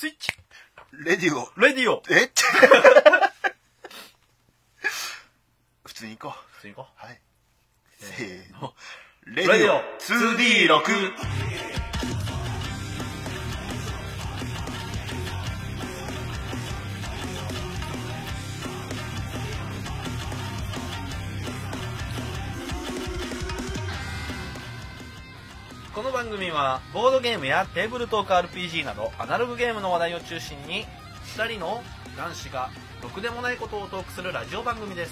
スイッチレディオ。 レディオえ普通に行こう。 普通に行こう。はい。 せせーの。 レディオ 2D6。 この番組はボードゲームやテーブルトーク RPG などアナログゲームの話題を中心に2人の男子がろくでもないことをトークするラジオ番組です。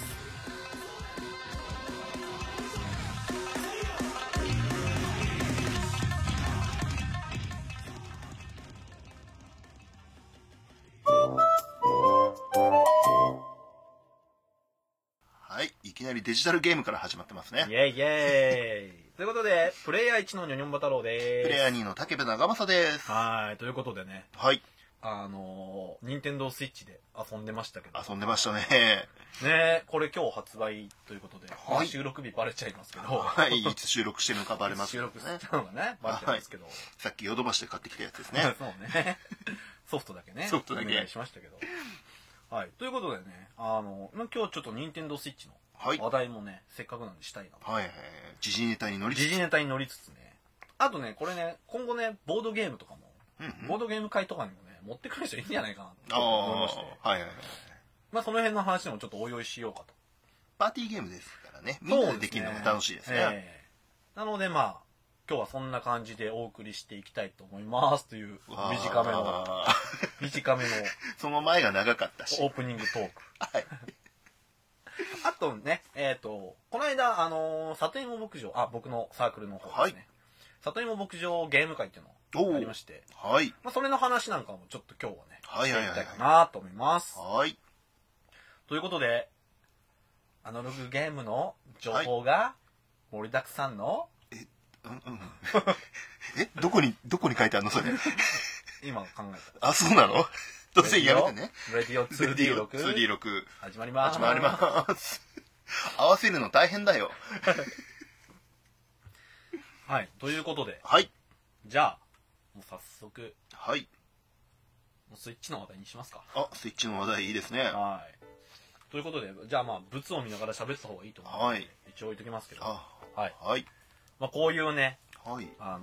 はい。いきなりデジタルゲームから始まってますね。 イェイイェイということでプレイヤー1のニョニョンバ太郎です。 プレイヤー2の竹部長政です。 はい、ということでね、 はい。 任天堂スイッチで遊んでましたけど遊んでましたね。 ね、これ今日発売ということで、 はいまあ収録日バレちゃいますけど、 はい。いつ収録してるのかバレます収けどね。 録したのがねバレちゃいますけど、 さっきヨドバシで買ってきたやつですね。 そうね。ソフトだけね。 ソフトだけお願いしましたけど。はい。ということでね、今日ちょっと任天堂スイッチのはい。 話題もね、せっかくなんでしたいなと。 はい。時事ネタに乗りつつ。 時事ネタに乗りつつね。あとね、これね、今後ね、ボードゲームとかも、ボードゲーム会とかにもね、持ってくる人いいんじゃないかなと思いまして。 はいはいはい。 まあその辺の話でもちょっとおいおいしようかと。 パーティーゲームですからね。みんなでできるのが楽しいですね。 なのでまあ、今日はそんな感じでお送りしていきたいと思いますという短めのその前が長かったし。 オープニングトーク。 はい。 あとね、この間、里芋牧場、僕のサークルの方ですね。里芋牧場ゲーム会っていうのがありまして、 はい。 まあ、それの話なんかもちょっと今日はね、 はいはいはいしていきたいかなと思います。 はい。 ということで、アナログゲームの情報が盛りだくさんの、 どこに書いてあるのそれ。 今考えた。 あ、そうなの突然やめてね。 レディオ 2D6。 2D6。 始まります。 始まります。合わせるの大変だよ。 はい。ということで。 はい。 じゃあ、もう早速。 はい。 もうスイッチの話題にしますか。 スイッチの話題いいですね。 はい。ということで、じゃあまあ、物を見ながら喋った方がいいと思うので、はい、一応置いときますけど。はい。 はい。 まあ、こういうね、 はい。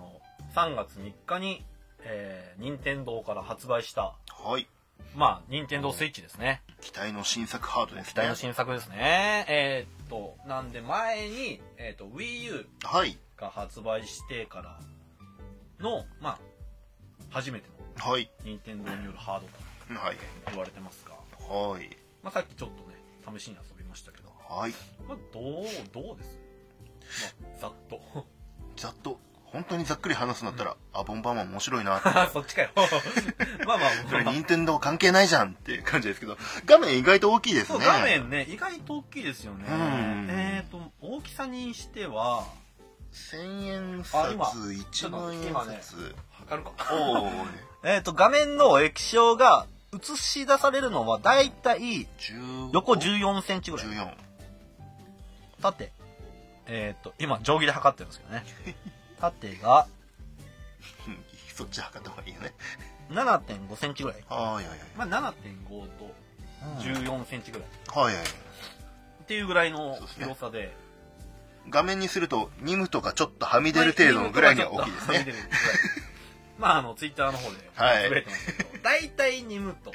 3月3日に、任天堂から発売した、 はい。 まあ、任天堂スイッチですね。 期待の新作ハードですね。 期待の新作ですね。なんで前に、Wii U が発売してからの、まあ、初めての、はい。任天堂によるハードと言われてますが、はい。まあ、さっきちょっとね、試しに遊びましたけど、はい。まあ、どうです？まあ、ざっと。 本当にざっくり話すんだったら、ボンバーマン面白いなって。 そっちかよ。まあ、 これ任天堂関係ないじゃんっていう感じですけど、画面意外と大きいですね。 画面ね、意外と大きいですよね。大きさにしては、 1000円札、1万円札。 ね、測るか。画面の液晶が映し出されるのはだいたい横14センチぐらい。14。縦。今定規で測ってるんですけどね。縦がそっち測った方がいいよね。 7.5 センチぐらい。 まあ 7.5 と14センチぐらい。っていうぐらいの広さで。 画面にするとニムとかちょっとはみ出る程度のぐらいには大きいですね。 まあツイッターの方でつぶれてますけど、だいたいニムと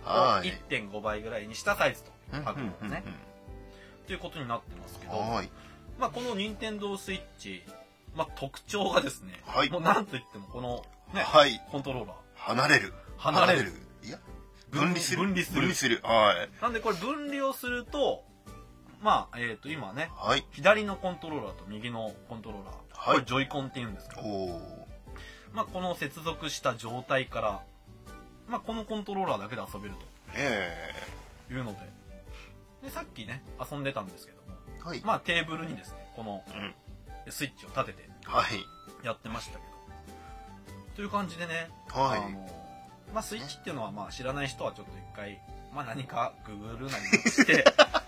1.5 倍ぐらいにしたサイズと測るんですね。ということになってますけど、まあこの任天堂スイッチ、まあ特徴がですね、もうなんといってもこのね、コントローラー。離れる。いや、分離する。なんでこれ分離をすると、まあ、今ね、左のコントローラーと右のコントローラー、これジョイコンって言うんですけど、まあこの接続した状態から、まあこのコントローラーだけで遊べるというので、さっきね、遊んでたんですけども、まあテーブルにですね、このスイッチを立ててやってましたけど、という感じでね、まあスイッチっていうのはまあ知らない人はちょっと一回、まあ何かググるなりして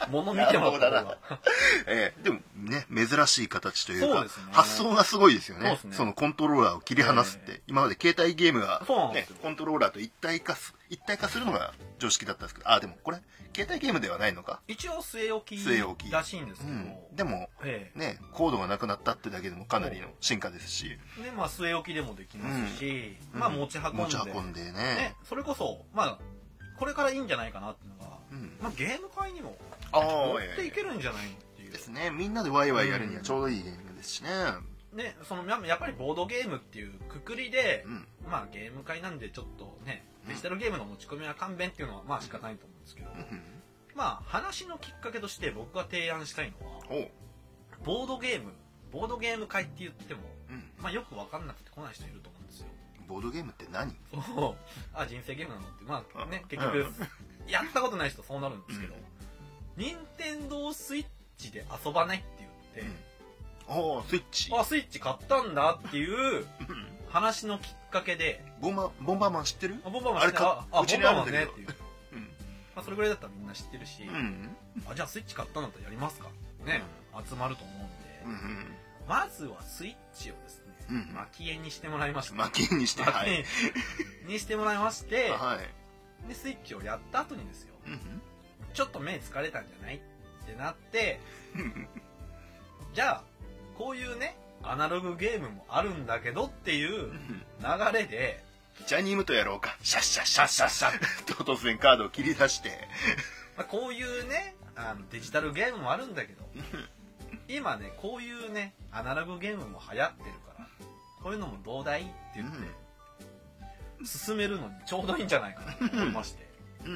物見てもらった方がでもね、珍しい形というか、ね、発想がすごいですよね。そのコントローラーを切り離すって、今まで携帯ゲームが、ね、コントローラーと一体化するのが常識だったんですけど、でもこれ携帯ゲームではないのか。 一応据え置きらしいんですけど、 でもね、コードがなくなったってだけでもかなりの進化ですし、 で据え置きでもできますし、持ち運んでね、それこそこれからいいんじゃないかなっていうのが、ゲーム会にも持っていけるんじゃないっていうですね。みんなでワイワイやるにはちょうどいいゲームですしね。 ね、やっぱりボードゲームっていうくくりで、ゲーム会なんでちょっとね、デジタルゲームの持ち込みは勘弁っていうのは仕方ないと思うんですけど、話のきっかけとして僕が提案したいのは、ボードゲーム会って言っても、よく分かんなくて来ない人いると思うんですよ。 ボードゲームって何？ 人生ゲームなのって結局やったことない人そうなるんですけど、任天堂スイッチで遊ばないって言って、 スイッチスイッチ買ったんだっていう話のきっかけで、 ボンバーマン知ってる？ ボンバーマン知ってる。 うちにあるんだけどっていうそれぐらいだったらみんな知ってるし、じゃあスイッチ買ったんだったらやりますかね、集まると思うんで、まずはスイッチをですね、巻き絵にしてもらいました。 巻き絵にしてにしてもらいまして、でスイッチをやった後にですよ、ちょっと目疲れたんじゃないってなってじゃあこういうねアナログゲームもあるんだけどっていう流れでジャニームとやろうか、シャッシャッシャッシャッシャッと突然カードを切り出してこういうねデジタルゲームもあるんだけど今ねこういうねアナログゲームも流行ってるからこういうのもどうだいって言って進めるのにちょうどいいんじゃないかなと思いまして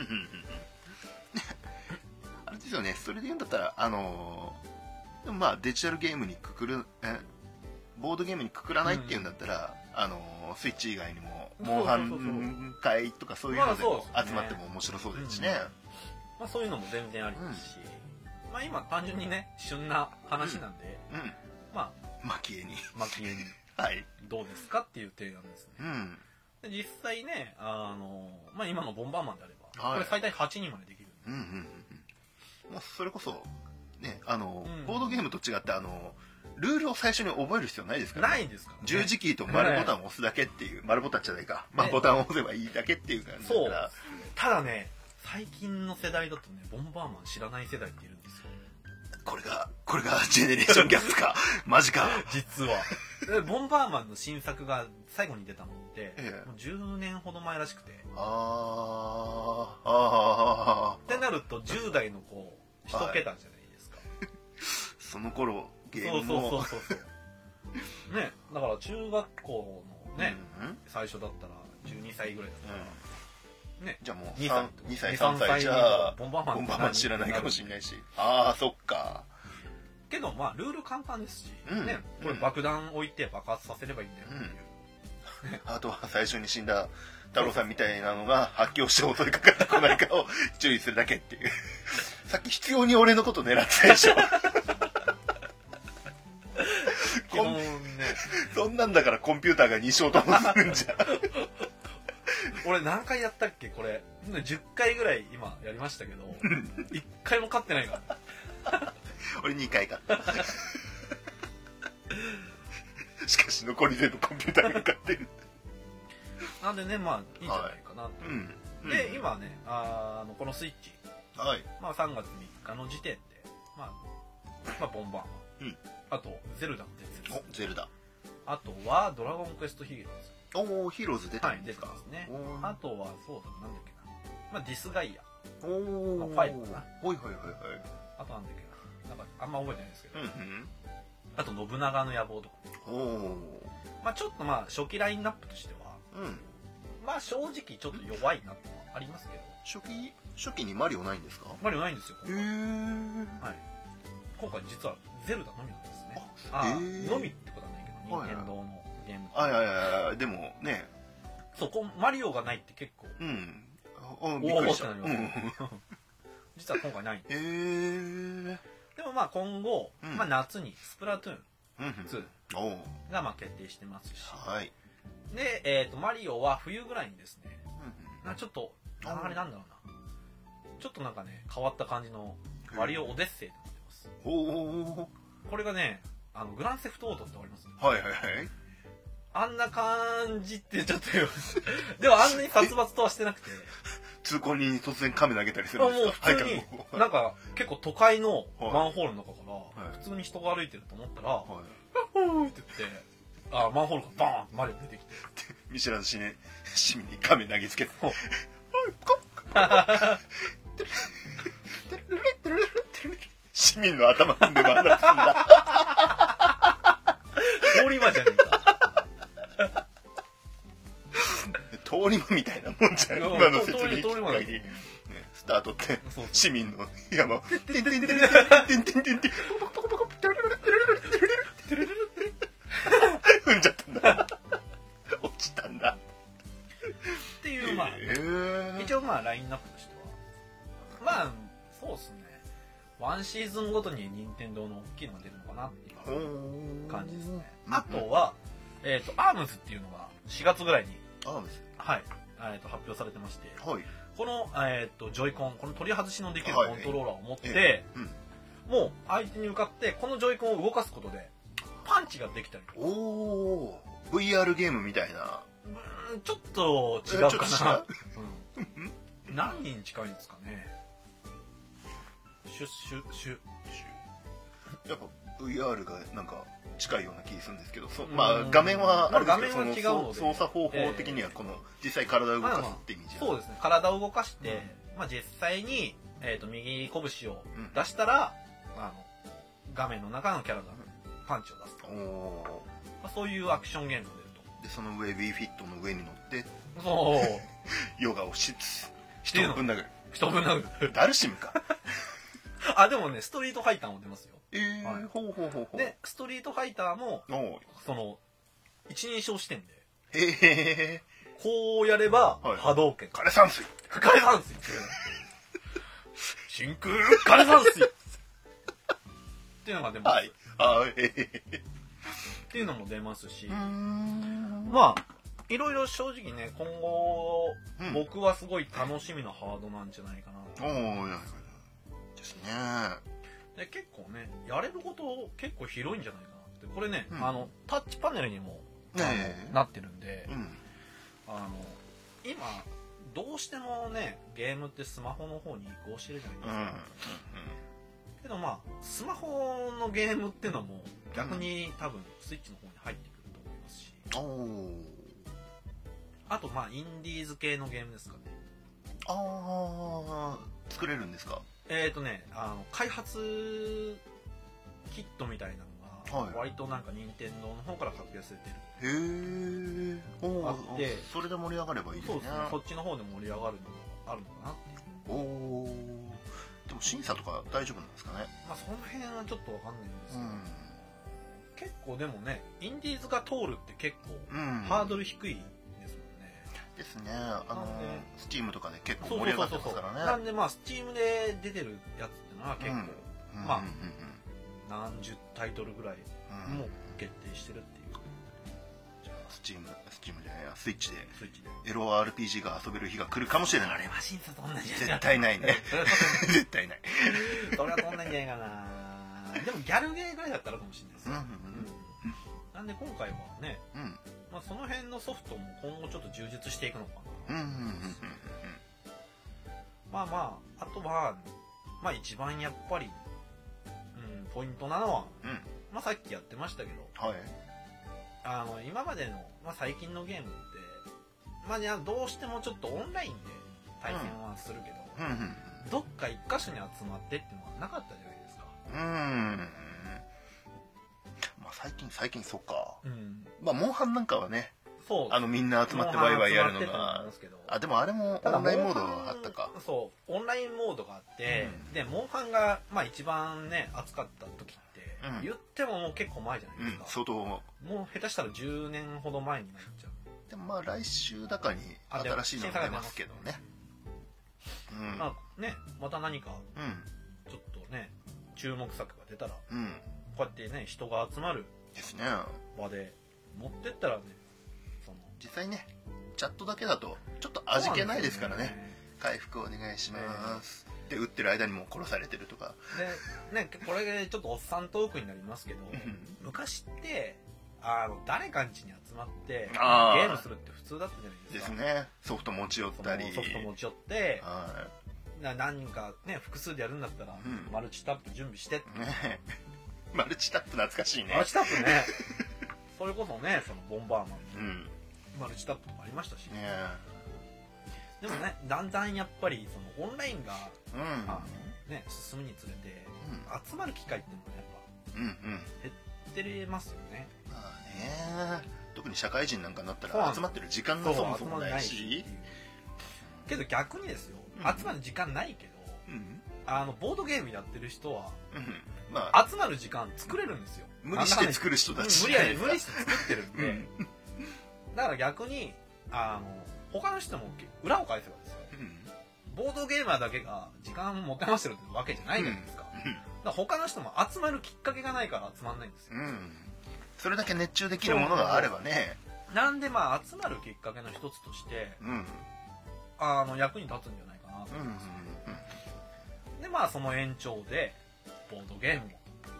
あれですよね。それで言うんだったらでもデジタルゲームにくくるボードゲームにくくらないっていうんだったら、スイッチ以外にもモンハン会とかそういうのでも集まっても面白そうですしね。 そういうのも全然ありですし、今単純にね旬な話なんで、 蒔絵にどうですかっていう提案ですね。で実際ね今のボンバーマンであればこれ最大8人までできる。 それこそねボードゲームと違ってルールを最初に覚える必要ないですからね。 ないですからね。 十字キーと丸ボタンを押すだけっていう、丸ボタンじゃないか、ボタンを押せばいいだけっていう感じだから。 ただね最近の世代だとねボンバーマン知らない世代っているんですよ。 これがジェネレーションギャップかマジか実はボンバーマンの新作が最後に出たのって、もう10年ほど前らしくて、ってなると10代の子1桁じゃないですか、 その頃ゲームもそうね、だから中学校のね、最初だったら12歳ぐらいだったら、ね、 じゃあもう2歳3歳じゃボンバーマン知らないかもしれないし、そっか。 けどルール簡単ですし、これ爆弾置いて爆発させればいいんだよっていう、 あとは最初に死んだ太郎さんみたいなのが発狂して襲いかかってこないかを注意するだけっていうさっき必要に俺のこと狙ってたでしょそんなんだからコンピューターが2勝ともするんじゃ俺何回やったっけこれ10回ぐらい今やりましたけど1回も勝ってないから俺2回勝ったしかし残り全部コンピューターが勝ってるなんでねいいんじゃないかなと、で今ねこのスイッチ、3月3日の時点でボンバーマン、あとゼルダの伝説、 ゼルダ、 あとはドラゴンクエストヒーローズ、 ヒーローズ出てるんですか。 出てますね。あとはそうだなんだっけな、ディスガイア5かな、あとなんだっけな、なんかあんま覚えてないですけど、あと信長の野望とか、ちょっと初期ラインナップとしては、正直ちょっと弱いなってのはありますけど、 初期にマリオないんですか。 マリオないんですよ。今回実はゼルダのみなんですね。のみってことはないけど、任天堂のゲームでもね、 マリオがないって結構びっくりした。 実は今回ないんです。でも今後夏にスプラトゥーン2が決定してますし、でマリオは冬ぐらいにですね、ちょっとあれなんだろうな、ちょっとなんかね変わった感じのワリオオデッセイとなってます。 おこれがね、グランセフトオートってありますね。 はいはいはい。 あんな感じってちょっとでもあんなに殺伐とはしてなくて。 通行人に突然亀投げたりするんですか？ もう普通に、なんか結構都会のマンホールの中から普通に人が歩いてると思ったら、はい、フーって言って、マンホールがバーンってマリオ出てきて。 見知らず市民に亀投げつけて。市民の頭踏んで回るんだ。 通り魔じゃねえか。 通り魔みたいなもんじゃん。今の説明聞く限り。スタートって市民の山を。踏んじゃったんだ。落ちたんだ。 っていう、まあ、一応まあラインナップとしては。まあ、そうですね。ワンシーズンごとに任天堂の大きいのが出るのかなっていう感じですね。あとは、アームズっていうのが4月ぐらいに、はい、発表されてまして、はい、この、ジョイコン、この取り外しのできるコントローラーを持って、もう相手に向かってこのジョイコンを動かすことでパンチができたりとか。 おー、VR ゲームみたいな。 ちょっと違うかな。何人近いんですかね。 やっぱ VR がなんか近いような気がするんですけど、まあ画面はあれですけど、操作方法的にはこの実際体を動かすって意味じゃ、 そうですね。体を動かして、まあ実際に右拳を出したら、画面の中のキャラがパンチを出すと。まあ、そういうアクションゲームが出ると。 でその上 Wii フィットの上に乗ってヨガをしつつ人をぶん殴る。 人をぶん殴る。 ダルシムか。 あ、でもね、ストリートファイターも出ますよ。 ほうほうほうほう。 で、ストリートファイターも、その、一人称視点で、こうやれば、波動拳。 枯山水。 枯山水真空枯山水っていうのが出ます。はい。っていうのも出ますし、まあ、いろいろ正直ね、今後、僕はすごい楽しみなハードなんじゃないかなと。 ですね。 で結構ね、やれること結構広いんじゃないかなって。これね、タッチパネルにもなってるんで、今どうしてもね、ゲームってスマホの方に移行してるじゃないですか。けどまあスマホのゲームってのも逆に多分スイッチの方に入ってくると思いますし、あとまあインディーズ系のゲームですかね。 作れるんですか？ 開発キットみたいなのが割となんか任天堂の方から発表されてる。あって、 それで盛り上がればいいですね。 そうですね。そっちの方で盛り上がるのがあるのかなっていう。 でも審査とか大丈夫なんですかね？ まあその辺はちょっとわかんないんですけど、結構でもね、インディーズが通るって結構ハードル低いですもんね。 ですね。スチームとかで結構盛り上がってますからね。 なんでまあスチームで出てるやつっていうのは結構、まあ何十タイトルぐらいも決定してるっていう。 じゃあスチームじゃないや、スイッチでエロ RPG が遊べる日が来るかもしれない。 あれは審査と同じですよ。 絶対ないね。絶対ない。 それはとんないんじゃないかな。でもギャルゲーぐらいだったらかもしれないです。なんで今回はね、まあその辺のソフトも今後ちょっと充実していくのかな。まあまあ、あとは、まあ一番やっぱり、ポイントなのは、まあさっきやってましたけど、今までの、まあ、最近のゲームって、まあどうしてもちょっとオンラインで対戦はするけど、どっか一箇所に集まってっていうのはなかったじゃないですか。 まあ最近そっか。まあモンハンなんかはね、みんな集まってワイワイやるのが、でもあれもオンラインモードがあったか。 そう、オンラインモードがあって、でモンハンがまあ一番ね熱かった時って、言ってももう結構前じゃないですか。 相当。 もう下手したら10年ほど前になっちゃう。 でもまあ来週だかに新しいのが出ますけどね。 まあね、また何かちょっとね注目作が出たら、こうやってね人が集まる場で持ってったらね、 実際ねチャットだけだとちょっと味気ないですからね。回復お願いします。 って撃ってる間にもう殺されてるとかで、ね、これちょっとおっさんトークになりますけど昔って誰かん家に集まってゲームするって普通だったじゃないですか。 ですね。ソフト持ち寄ったり、 ソフト持ち寄って、何人かね複数でやるんだったら、マルチタップ準備してって、 ね、マルチタップ懐かしいね。 マルチタップねそれこそね、そのボンバーマンのマルチタップとかありましたし、ね、でもね、だんだんやっぱりそのオンラインが、ね、進むにつれて、集まる機会っていうのがやっぱ減ってますよね。 特に社会人なんかになったら集まってる時間がそもそもないし、 けど逆にですよ、集まる時間ないけど、ボードゲームやってる人は、集まる時間作れるんですよ。 無理して作る人たち、 無理して作ってるんでだから逆に他の人も裏を返せばですよ、ボードゲーマーだけが時間持て余してるわけじゃないじゃないですか。だから他の人も集まるきっかけがないから集まんないんですよ。 それだけ熱中できるものがあればね。 なんで集まるきっかけの一つとして、役に立つんじゃないかなと思います。でその延長でボードゲームを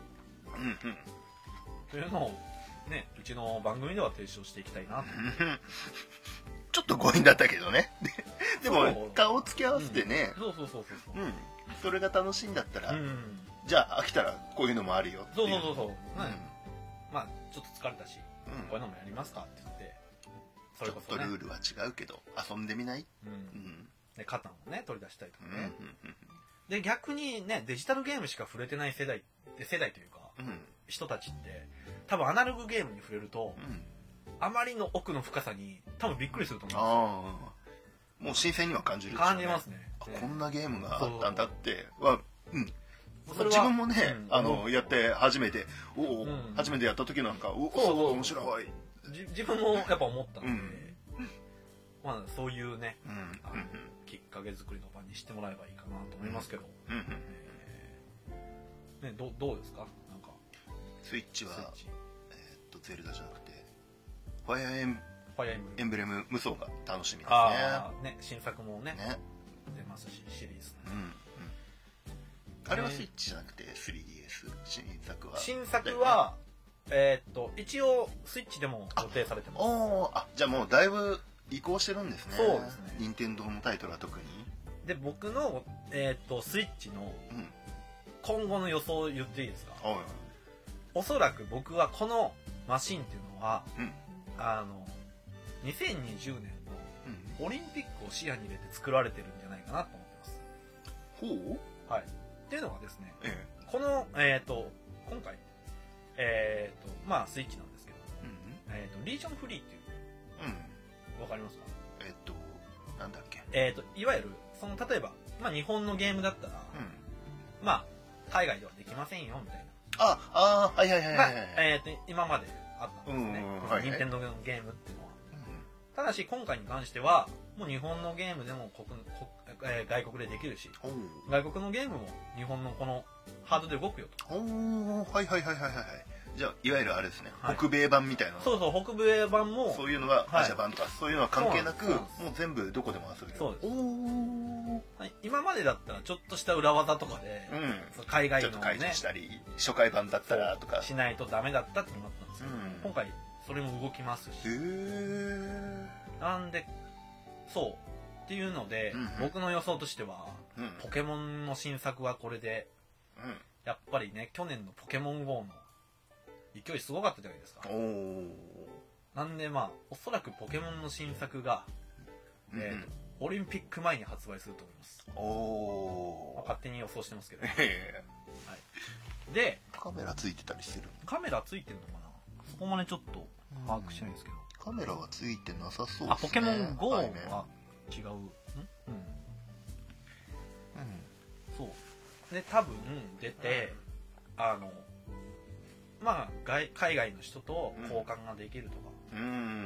というのをね、うちの番組では提唱していきたいなとちょっと強引だったけどねでも顔つき合わせてね、それが楽しいんだったら、じゃあ飽きたらこういうのもあるよっていう。 ちょっと疲れたし、こういうのもやりますかって言って、 それこそ、ちょっとルールは違うけど遊んでみない？ でカタンをね取り出したりとかね。で逆にね、デジタルゲームしか触れてない世代というか、人たちって多分アナログゲームに触れると、あまりの奥の深さに多分びっくりすると思うんですよ。 もう新鮮には感じるでしょうね。 感じますね。 こんなゲームがあったんだっては、自分もね、やって初めて初めてやった時なんか面白い。 自分もやっぱ思ったんで、そういうね、きっかけ作りの場にしてもらえばいいかなと思いますけど、どうですか？なんかスイッチはゼルダじゃなくてファイアーエンブレム無双が楽しみですね。 新作もね出ますし、シリーズあれはスイッチじゃなくて 3DS。 新作は一応スイッチでも予定されてます。 じゃあもうだいぶ移行してるんですね。 そうですね。 任天堂のタイトルは特に。 で僕のスイッチの今後の予想を言っていいですか？おそらく僕はこのマシンっていうのは、2020年のオリンピックを視野に入れて作られてるんじゃないかなと思ってます。っていうのがですね、この今回スイッチなんですけど、リージョンフリーっていう、わかりますか？ なんだっけ？ いわゆる例えば日本のゲームだったら、海外ではできませんよみたいな。今まであったんですね。任天堂のゲームっていうのは。ただし今回に関してはもう日本のゲームでも外国でできるし、外国のゲームも日本のこのハードで動くよと。 じゃあいわゆるあれですね、北米版みたいな。 そう北米版もそういうのがアジア版とかそういうのは関係なく、もう全部どこでも遊べる。 そうです。今までだったらちょっとした裏技とかで、海外のね、ちょっと解除したり初回版だったらとかしないとダメだったってなったんですけど、今回それも動きますし、なんでっていうので、僕の予想としては、ポケモンの新作はこれで、やっぱりね、去年のポケモン GO の勢いすごかったじゃないですか。なんでおそらくポケモンの新作が、オリンピック前に発売すると思います。勝手に予想してますけど。で、 カメラついてたりする？ カメラついてるのかな？そこまでちょっと把握してないんですけど。 カメラはついてなさそうですね。 ポケモン GO は違う。そうで多分出て海外の人と交換ができるとか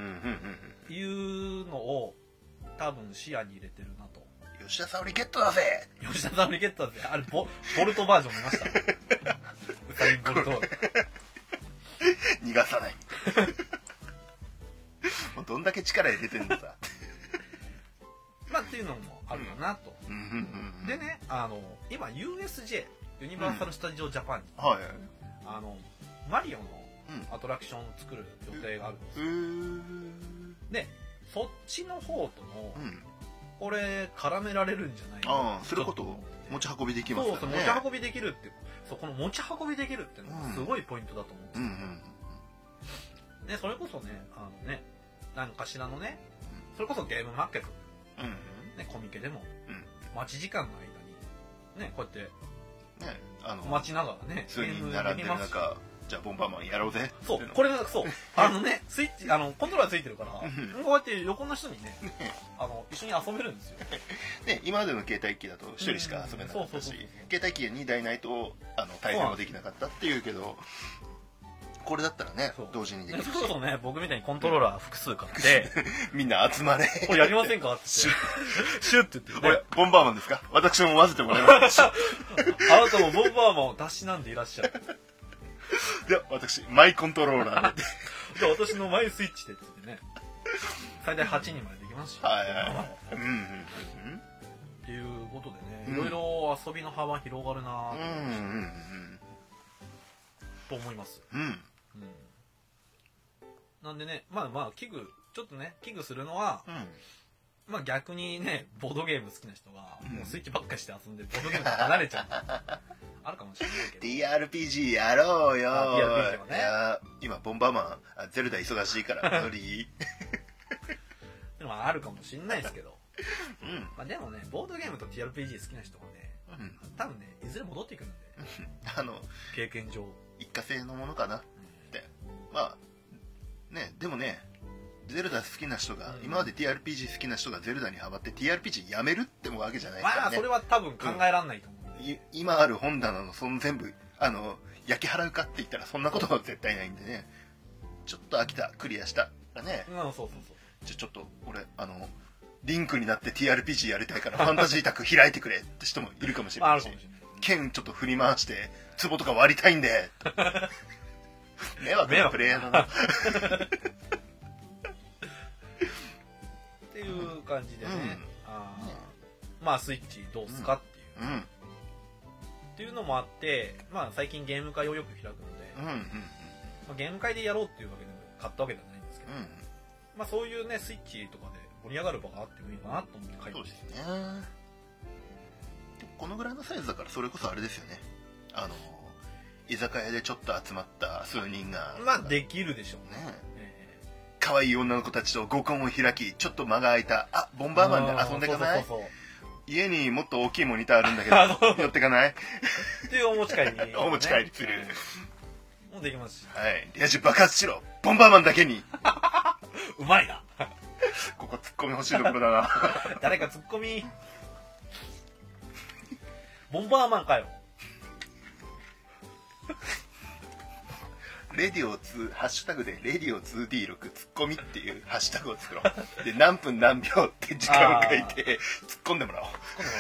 いうのを多分視野に入れてるなと。 吉田沙保里ゲットだぜ。 吉田沙保里ゲットだぜ。あれボルトバージョン見ました？ウサインボルト逃がさないもうどんだけ力入れてんのさっていうのもあるかなと。でね、今 USJ ユニバーサル・スタジオ・ジャパンに、マリオのアトラクションを作る予定があるんですよ。でそっちの方との、これ絡められるんじゃないかな。 すること持ち運びできますからね。 そう持ち運びできるって、この持ち運びできるっていうのがすごいポイントだと思うんですよ。それこそね、何かしらのね、それこそゲームマーケット、コミケでも、待ち時間の間にね、こうやって待ちながらね、 普通に並んでる中、じゃあボンバーマンやろうぜ。 そう、これがそうスイッチコントローラーついてるから、こうやって横の人にね、一緒に遊べるんですよ。 ね、今までの携帯機だと1人しか遊べなかったし、携帯機が2台ないと対戦もできなかったっていうけど、これだったらね同時にできるし、 そうそうね、僕みたいにコントローラー複数買ってみんな集まれ、 これやりませんかってシュッて言って、 これボンバーマンですか、私も混ぜてもらいます。 あなたもボンバーマンをたしなんでいらっしゃる。 で私マイコントローラーでじゃあ私のマイスイッチでって言ってね、最大8人までできますし、っていうことでね、いろいろ遊びの幅広がるなと思います。なんでね、まあちょっとね危惧するのは、まあ逆にね、ボードゲーム好きな人がもうスイッチばっかして遊んでボードゲームから離れちゃうあるかもしれないけど、 TRPG やろうよ。 TRPG もね、 今ボンバーマンゼルダ忙しいから無理でもあるかもしれないですけど、まあでもね、ボードゲームと TRPG 好きな人がね、多分ねいずれ戻っていくんで経験上一過性のものかなって、まあね、でもね、ゼルダ好きな人が、今まで TRPG 好きな人がゼルダにハマって TRPG やめるってもわけじゃないからね。 まあそれは多分考えられないと思う、 今ある本棚のその全部焼き払うかって言ったらそんなことは絶対ないんでね、ちょっと飽きた、クリアしたらね、じゃあちょっと俺リンクになって TRPG やりたいからファンタジー宅開いてくれって人もいるかもしれないし、剣ちょっと振り回して壺とか割りたいんで迷惑なプレイヤーだなっていう感じでね、まあスイッチどうすかっていうのもあって、まあ最近ゲーム会をよく開くので、ゲーム会でやろうっていうわけで買ったわけじゃないんですけど、まあそういうねスイッチとかで盛り上がる場があってもいいかなと思って買いました。そうですね。 このぐらいのサイズだからそれこそあれですよね、居酒屋でちょっと集まった数人がまあできるでしょうね。 可愛い女の子たちと合コンを開き、ちょっと間が空いた、あ、ボンバーマンで遊んでかない？家にもっと大きいモニターあるんだけど寄ってかない？ っていうお持ち帰り、 お持ち帰りするもうできますし、 はい、リア充爆発しろ、ボンバーマンだけにうまいなここツッコミ欲しいところだな誰かツッコミボンバーマンかよレディオ2ハッシュタグでレディオ 2D6 ツッコミっていうハッシュタグを作ろう。で何分何秒って時間を書いて突っ込んでもらおう。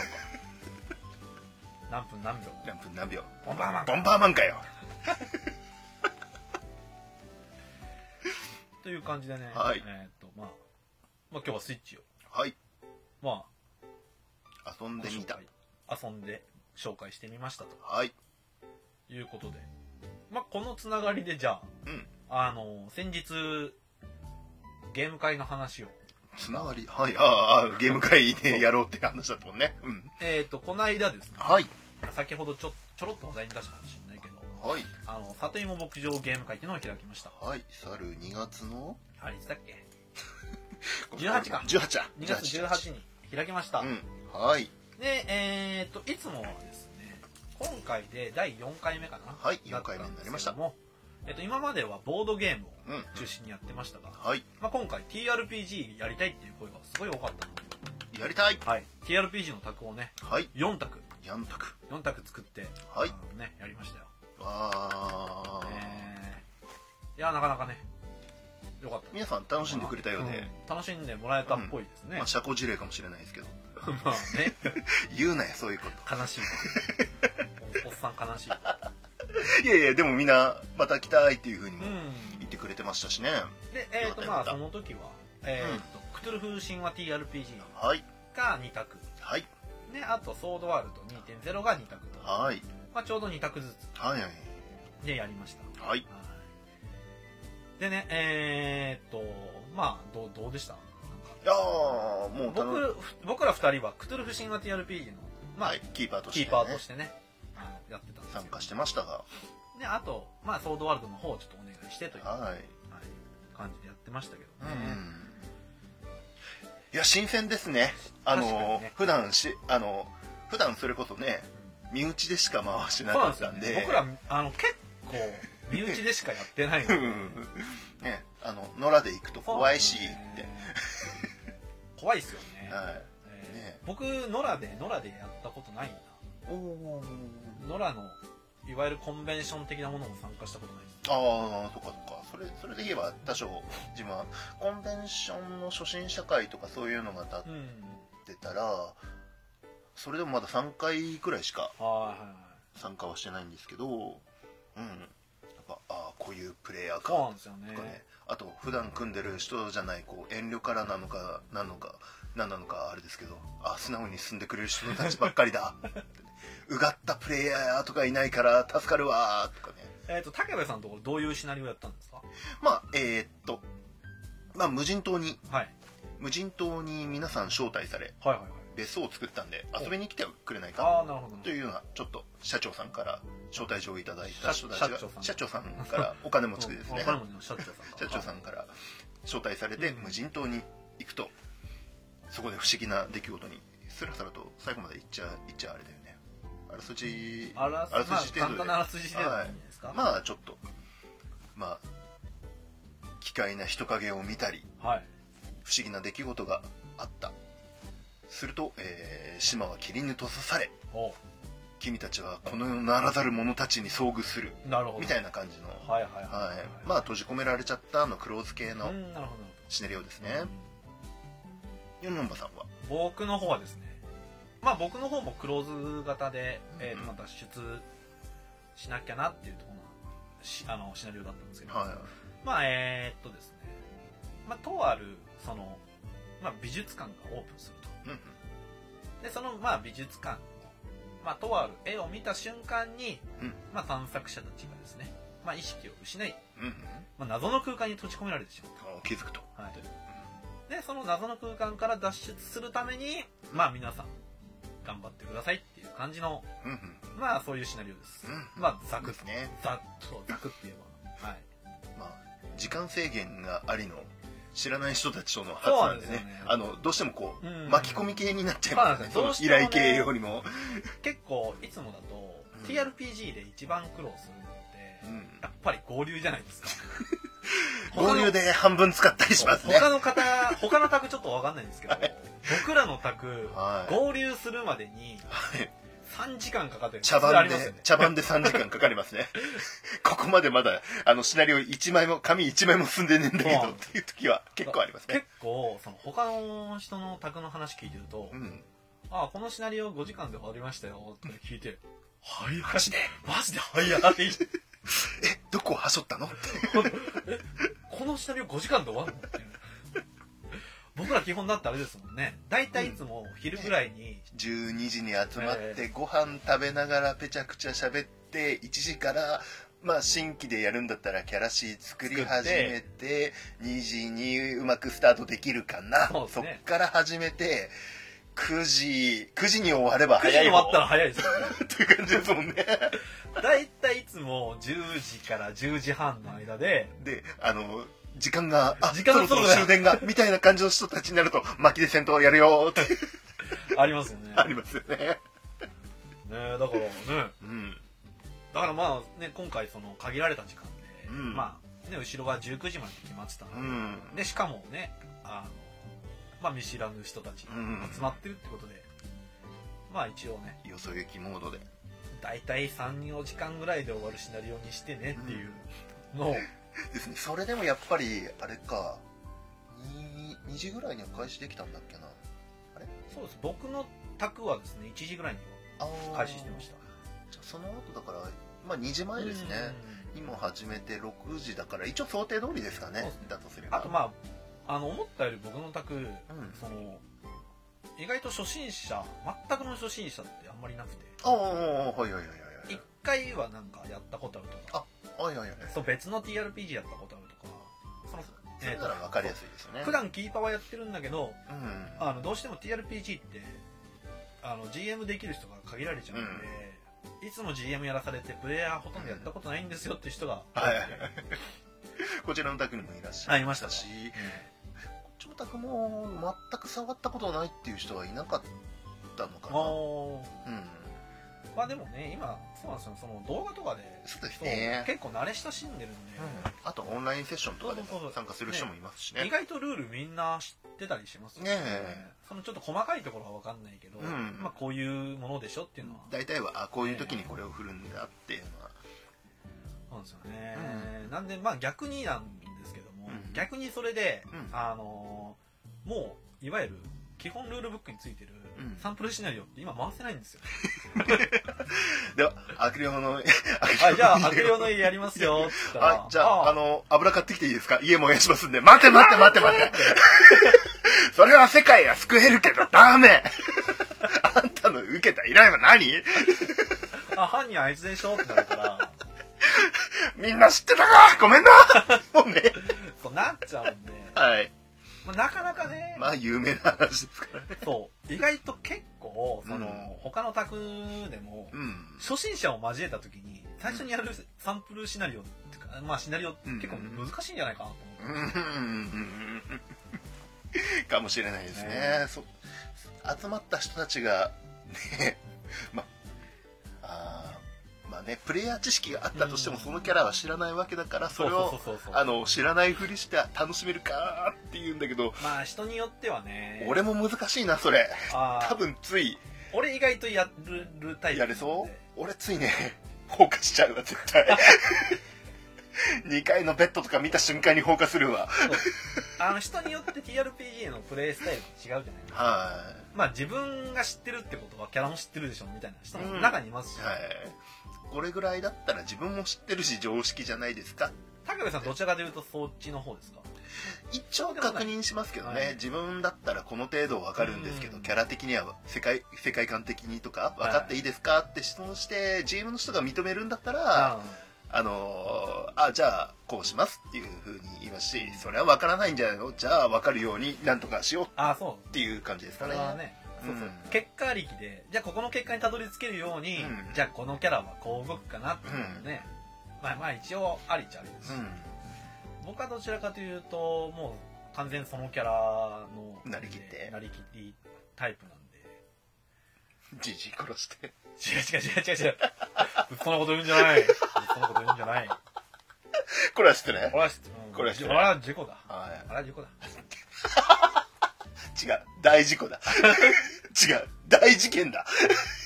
何分何秒何分何秒ボンバーマンボンバーマンかよという感じでね、 はい、 まあ今日はスイッチをまあ遊んでみた、 遊んで紹介してみましたと、いうことで、まあこのつながりでじゃあ、先日ゲーム会の話をつながり、ゲーム会でやろうって話だったもんね。 この間ですね、先ほどちょろっと話題に出したかもしれないけど、里芋牧場ゲーム会っていうのを開きました。 去る2月のいつだっけ18か 2 月18に開きました。でいつもはですね、今回で第4回目かな、 4回目になりました。 今まではボードゲームを中心にやってましたが、まあ今回 TRPG やりたいっていう声がすごい多かったので、 やりたい、 TRPG の卓をね、4択作って、やりましたよ。いやなかなかねよかった。 皆さん楽しんでくれたようで、 楽しんでもらえたっぽいですね。 社交辞令かもしれないですけどまあね言うなよそういうこと。 悲しいおっさん悲しい。 いやいや、でもみんなまた来たいっていう風にも言ってくれてましたしね。 でまあその時はクトゥルフ神話 TRPG が2択はいであとソードワールド 2.0 が2択と、 はい、 まあ、ちょうど2択ずつはいはいでやりました。 はい、 でねまあどうでした？ いやもう僕ら2人はクトゥルフ神話 TRPG の、まあはい、キーパーとしてねやってたんですよ。 参加してましたが、 であと、まあ、ソードワールドの方をちょっとお願いしてという、 はい感じでやってましたけどね。 いや新鮮ですね。ね、普段それこそね身内でしか回してなかったんで、 僕ら結構身内でしかやってないのでね、野良で行くと怖いしって怖いっすよね。 はい、 僕野良でやったことないんだ。野良のいわゆるコンベンション的なものも参加したことないです。 ああ、そっかそっか。それで言えば多少自分はコンベンションの初心者会とかそういうのが立ってたら、それでもまだ3回くらいしか参加はしてないんですけど、やっぱこういうプレイヤーかとかね、あと普段組んでる人じゃないこう遠慮からなのか何なのかあれですけど、素直に進んでくれる人たちばっかりだうがったプレイヤーとかいないから助かるわとかね。 武部さんのところどういうシナリオやったんですか？ 無人島に皆さん招待され、別荘を作ったんで遊びに来てくれないかというような、ちょっと社長さんから招待状をいただいた人たちが、社長さんからお金持ちでですね社長さんから招待されて無人島に行くと、そこで不思議な出来事にスラスラと最後まで行っちゃあれだよね。あらすじ程度で、 あらすじ程度でいいんですか？ まあちょっと奇怪な人影を見たり、不思議な出来事があった。すると、島は切り抜とさされ、君たちはこの世ならざる者たちに遭遇するみたいな感じの、閉じ込められちゃったクローズ系のシナリオですね。ヨンノンバさんは？ 僕の方はですね、僕の方もクローズ型で、脱出しなきゃなっていうところのシナリオだったんですけど、ですね、とあるその、美術館がオープンすると。でその美術館の、とある絵を見た瞬間に、探索者たちがですね、意識を失い、謎の空間に閉じ込められてしまうと。 気づくと。 でその謎の空間から脱出するために、皆さん頑張ってくださいっていう感じの、そういうシナリオです。ざくっとね、ざっくって言えば、 時間制限がありの知らない人たちとの初なんでね、どうしてもこう巻き込み系になっちゃいますね。その依頼系よりも結構いつもだと TRPG で一番苦労するのってやっぱり合流じゃないですか。 合流で半分使ったりしますね。 他の卓ちょっと分かんないんですけど、僕らの卓合流するまでに3時間かかってる。 茶番で3時間かかりますね。ここまでまだシナリオ1枚も紙1枚も進んでねえんだけどっていう時は結構ありますね。 結構その他の人の卓の話聞いてると、このシナリオ5時間で終わりましたよって聞いて、 マジで早いどこをはしょったのこのシナリオ5時間で終わるのっていう。僕ら基本だってあれですもんね。だいたいいつも昼ぐらいに、 12時に集まってご飯食べながらペチャクチャ喋って1時から新規でやるんだったらキャラシー作り始めて2時にうまくスタートできるかな。そっから始めて9時に終われば早い方。9時に終わったら早いですよね。 っていう感じですもんね。 だいたいいつも10時から10時半の間で時間がそろそろ終電がみたいな感じの人たちになると巻きで戦闘やるよってありますよね。 ありますよね。 だからね、今回その限られた時間で、後ろが19時まで決まってたので、しかもね見知らぬ人たちが集まってるってことで、一応ねよそ行きモードでだいたい 3,4 時間ぐらいで終わるシナリオにしてねっていうのをですね。それでもやっぱりあれか2時ぐらいには開始できたんだっけな。あれそうです。僕の卓はですね1時ぐらいには開始してました。 じゃあその後だから2時前ですねにも始めて6時だから一応想定通りですかね。だとすればあと思ったより僕の卓、その意外と初心者、全くの初心者ってあんまりなくて、一回はなんかやったことあるとか、そう別の TRPG やったことあるとか、 それなら分かりやすいですよね。 普段キーパーはやってるんだけど、どうしても TRPG ってGM できる人が限られちゃうんで、いつも GM やらされてプレイヤーほとんどやったことないんですよっていう人が、 こちらの宅にもいらっしゃいましたし、こっちの宅も全く触ったことないっていう人はいなかったのかな。 まあでもね、今そうなんですよ、その動画とかで結構慣れ親しんでるんで、 あとオンラインセッションとかでも参加する人もいますしね。 意外とルールみんな知ってたりしますね。そのちょっと細かいところは分かんないけど、まあこういうものでしょっていうのは大体はこういう時にこれを振るんだっていうのはそうですよね。なんでまあ逆になんですけども、逆にそれでもういわゆる基本ルールブックについてるサンプルシナリオって今回せないんですよ。 では悪霊のじゃあ悪霊の家やりますよって言ったら、 じゃあ油買ってきていいですか、家燃やしますんで。待てそれは世界は救えるけどダメあんたの受けた依頼は何犯人あいつでしょってなるからみんな知ってたかごめんなもうねそうなっちゃうんで、なかなかね、 まあ有名な話ですからね。 そう意外と結構他の宅でも、初心者を交えた時に最初にやるサンプルシナリオっていうか、まあシナリオって結構難しいんじゃないかなと思ってかもしれないですね。集まった人たちがね、まあね、プレイヤー知識があったとしてもそのキャラは知らないわけだから、それを知らないふりして楽しめるかっていうんだけど、 まあ人によってはね、 俺も難しいなそれ。多分つい俺意外とやるタイプやれそう。俺ついね放火しちゃうわ絶対2階のベッドとか見た瞬間に放火するわ人によって TRPG のプレイスタイルって違うじゃないですか。まあ自分が知ってるってことはキャラも知ってるでしょみたいな人も中にいますし、 これぐらいだったら自分も知ってるし常識じゃないですか。 高部さんどちらかというとそっちの方ですか？ 一応確認しますけどね、自分だったらこの程度わかるんですけど、キャラ的には世界観的にとか分かっていいですかって質問して GM の人が認めるんだったら、じゃあこうしますっていうふうに言いますし、それは分からないんじゃないの、じゃあ分かるようになんとかしようっていう感じですかね。 結果ありきで、じゃあここの結果にたどり着けるように、じゃあこのキャラはこう動くかなっていうのね、まあ一応ありっちゃありですし、僕はどちらかというともう完全そのキャラのなりきりタイプなんで、 じじい殺して違うそんなこと言うんじゃないこれは知ってね、 これは事故だ、 違う、大事故だ違う、大事件だ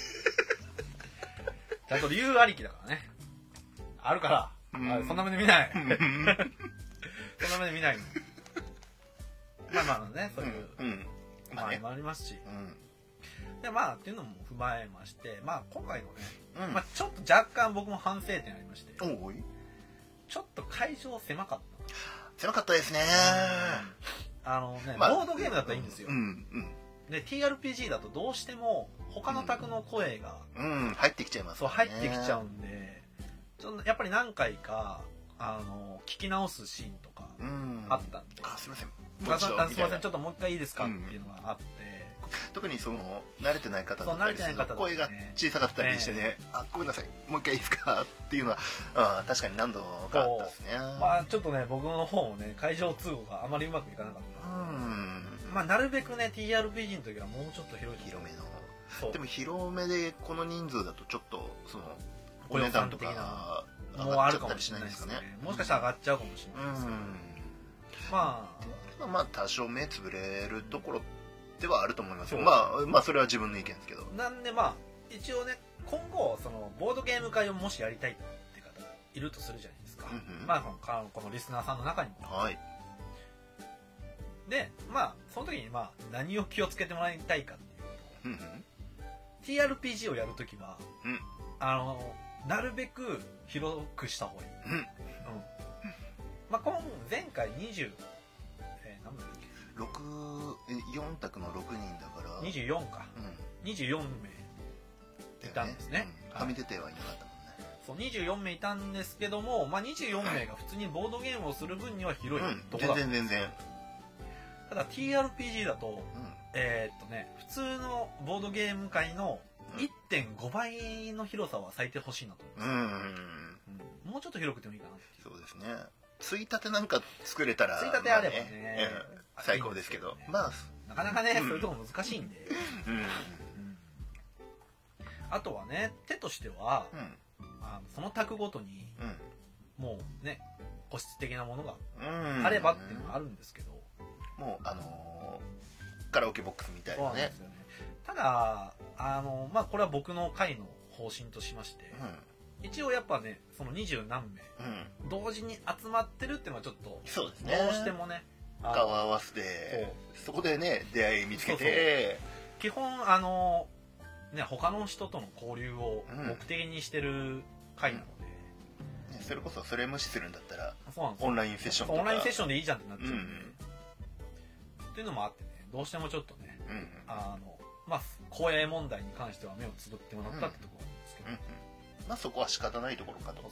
ちゃんと理由ありきだからね、あるから、そんな目で見ないそんな目で見ないのまあね、そういうまあありますし、でまあっていうのも踏まえまして、まあ今回のね、ちょっと若干僕も反省点ありまして、ちょっと会場狭かったですね。 ボードゲームだったらいいんですよ。で TRPG だとどうしても他の宅の声が入ってきちゃいます。 そう入ってきちゃうんで、ちょっとやっぱり何回か聞き直すシーンとかあったんで、 すいませんちょっともう一回いいですかっていうのがあって、 特にその慣れてない方だったりすると声が小さかったりしてね、ごめんなさいもう一回いいですかっていうのは確かに何度かあったですね。 まあちょっとね僕の方もね会場通報があまりうまくいかなかった。なるべくね TRPG の時はもうちょっと広めの、でも広めでこの人数だとちょっとそのお値段とか上がっちゃったりしないんですかね。もしかしたら上がっちゃうかもしれないですけど、 まあ多少目つぶれるところではあると思いますよ。まあそれは自分の意見ですけど、 なんで一応ね今後そのボードゲーム会をもしやりたいって方がいるとするじゃないですか。このリスナーさんの中にも、でその時に何を気をつけてもらいたいかっていうと、TRPG をやるときはなるべく広くした方がいい。前回20何分だっ 4択の6人だから 24か、24名いたんですね。 はみ出てはいなかったもんね。 そう24名いたんですけども、まあ、24名が普通にボードゲームをする分には広いところだ、 全然ただ TRPG だと、普通のボードゲーム界の 1.5 倍の広さは最低欲しいなと思います。もうちょっと広くてもいいかなっていう。 そうですね。ついたてなんか作れたら、 ついたてあればね、 最高ですけど、まあなかなかね、そういうとこ難しいんで、あとはね、手としては、その卓ごとに、もうね、個室的なものがあればっていうのがあるんですけど、 もうカラオケボックスみたいなね。 ただまあこれは僕の会の方針としまして、一応やっぱね、その20何名、同時に集まってるっていうのはちょっとそうですね、 どうしてもね、 顔合わせて、そこでね出会い見つけて、 基本ね、他の人との交流を目的にしてる会なので、 それこそそれ無視するんだったらオンラインセッションとかオンラインセッションでいいじゃんってなっちゃうんで、っていうのもあってね、どうしてもちょっとね、まあ公営問題に関しては目をつぶってもらったってところなんですけど、 まあそこは仕方ないところかと。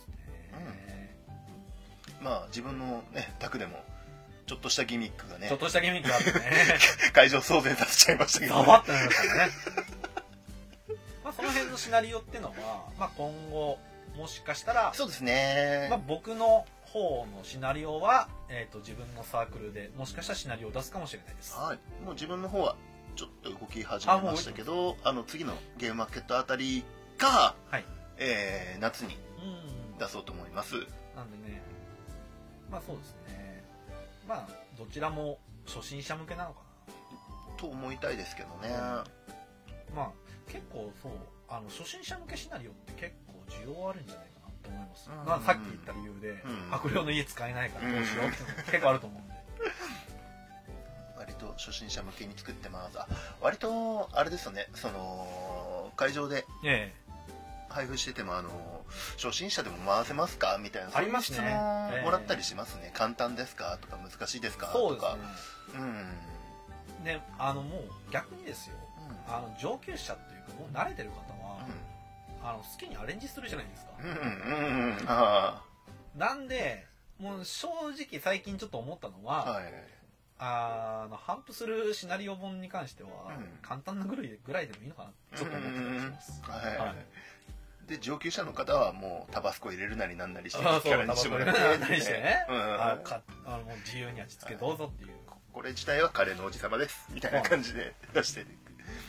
まあ自分のね卓でもちょっとしたギミックがね、 ちょっとしたギミックがあってね会場騒然させちゃいましたけどね。 ザバッとなりましたねまあその辺のシナリオっていうのは、まあ、今後もしかしたら、 そうですね、 まあ、僕の方のシナリオは、自分のサークルでもしかしたらシナリオを出すかもしれないです。 はい、もう自分の方はちょっと動き始めましたけど、次のゲームマーケットあたりか、 はい、 夏に出そうと思います。 なんでね、まあそうですね、まあどちらも初心者向けなのかなと思いたいですけどね。 まあ結構そう、初心者向けシナリオって結構需要あるんじゃないかなと思います。まあさっき言った理由で、悪霊の家使えないからどうしようっていうのも結構あると思うんで割と初心者向けに作ってます。割とあれですよね、その会場で配布してても初心者でも回せますかみたいな、そういう質問もらったりしますね。簡単ですかとか難しいですかとか。 でもう逆にですよ、上級者っていうかもう慣れてる方は、好きにアレンジするじゃないですか。なんでもう正直最近ちょっと思ったのは、頒布するシナリオ本に関しては、簡単なぐらいでもいいのかなちょっと思ってたりします。 で上級者の方はもうタバスコ入れるなりなんなりしてキャラにしてもらってね、もう自由に味付けどうぞっていう、 これ自体はカレーのおじさまですみたいな感じで出してる。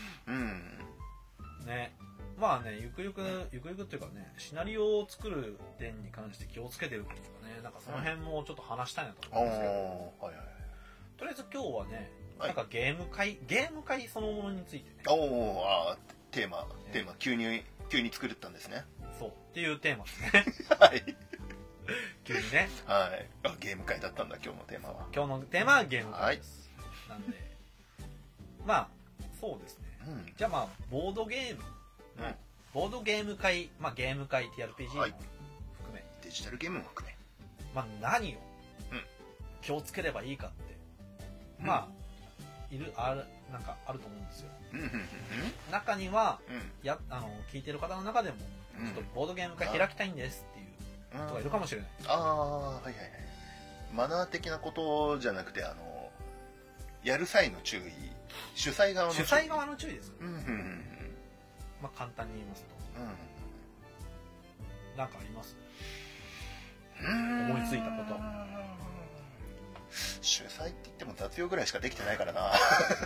ね、まあね、ゆくゆくっていうかね、シナリオを作る点に関して気をつけてることとかね、なんかその辺もちょっと話したいなと思うんですけど、とりあえず今日はね、なんかゲーム会そのものについてね、 テーマ急に作ったんですね。 そうっていうテーマですねはい急にね、 ゲーム会だったんだ今日のテーマは。 今日のテーマはゲーム会です、なんでまあそうですね、じゃあまあボードゲーム会、まあゲーム会 TRPG も含め、 デジタルゲームも含め、 まあ何を気をつければいいかって、まあなんかあると思うんですよ。中には聞いてる方の中でもちょっとボードゲーム会開きたいんですっていう人がいるかもしれない。 マナー的なことじゃなくてやる際の注意、主催側の注意です。まあ簡単に言いますと、なんかあります？思いついたこと。 主催って言っても雑用ぐらいしかできてないからな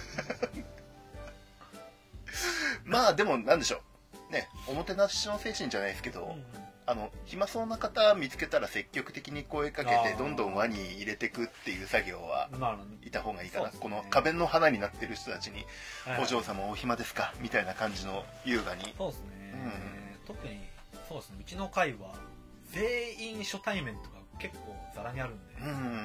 まあでもなんでしょうね、おもてなしの精神じゃないですけど、暇そうな方見つけたら積極的に声かけてどんどん輪に入れていくっていう作業はいた方がいいかな。この壁の花になってる人たちにお嬢様お暇ですかみたいな感じの優雅に。 そうですね、特にそうですね、うちの会は全員初対面とか結構ざらにあるんで、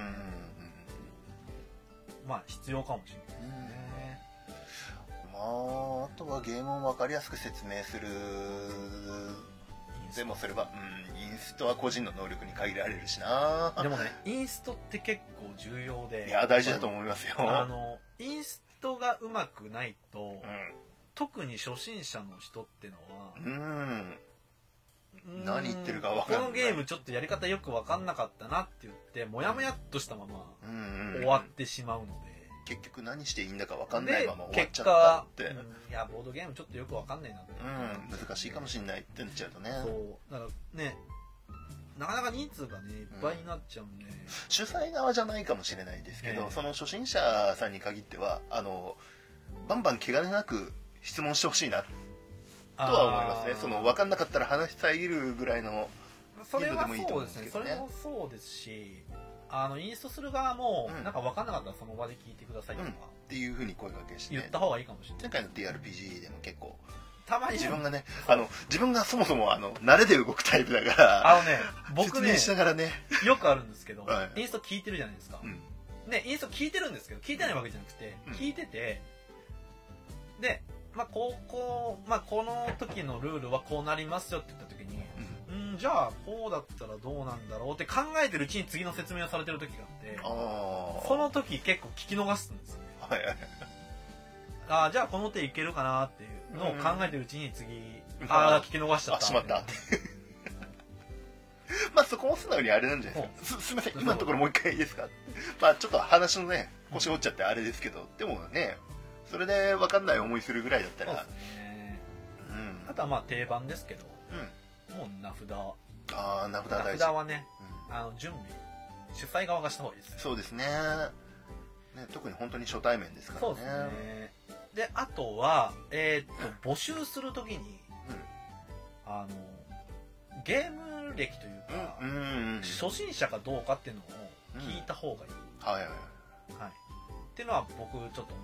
まあ必要かもしれないですね。 あとはゲームを分かりやすく説明するでもそれはインストは個人の能力に限られるしな。 でもねインストって結構重要で、 いや大事だと思いますよ。 インストがうまくないと、特に初心者の人ってのは何言ってるか分かんない。 このゲームちょっとやり方よく分かんなかったなって言ってモヤモヤっとしたまま終わってしまうので、 結局何していいんだか分かんないまま終わっちゃったって、 いやボードゲームちょっとよく分かんないなって、 難しいかもしれないってなっちゃうとね。 そうだからねなかなか人数がねいっぱいになっちゃうんで、 主催側じゃないかもしれないですけど、その初心者さんに限ってはバンバン気兼ねなく質問してほしいなとは思いますね。その分かんなかったら話し遮るぐらいのそれはそうですね。それもそうですし、インストする側もなんか分かんなかったらその場で聞いてくださいとか、 っていうふうに声掛けして言った方がいいかもしれない。 前回の TRPG でも結構たまに自分がね自分がそもそも慣れで動くタイプだから僕ね説明しながらねよくあるんですけど、インスト聞いてるじゃないですか。ねインスト聞いてるんですけど聞いてないわけじゃなくて聞いててで。この時のルールはこうなりますよって言った時に、じゃあこうだったらどうなんだろうって考えてるうちに次の説明をされてる時があって、その時結構聞き逃すんですよね。じゃあこの手いけるかなっていうのを考えてるうちに次聞き逃しちゃった。 しまったそこも素直にあれなんじゃないですか。すみません今のところもう一回いいですか。ちょっと話のね腰折っちゃってあれですけど、でもねそれで分かんない思いするぐらいだったら、 あとは定番ですけど、もう名札名札大事。 名札はね、準備主催側がした方がいいです。 そうですね。特に本当に初対面ですからね。 そうですね。であとは募集するときに、ゲーム歴というか、初心者かどうかっていうのを聞いた方がいい。っていうのは僕ちょっと思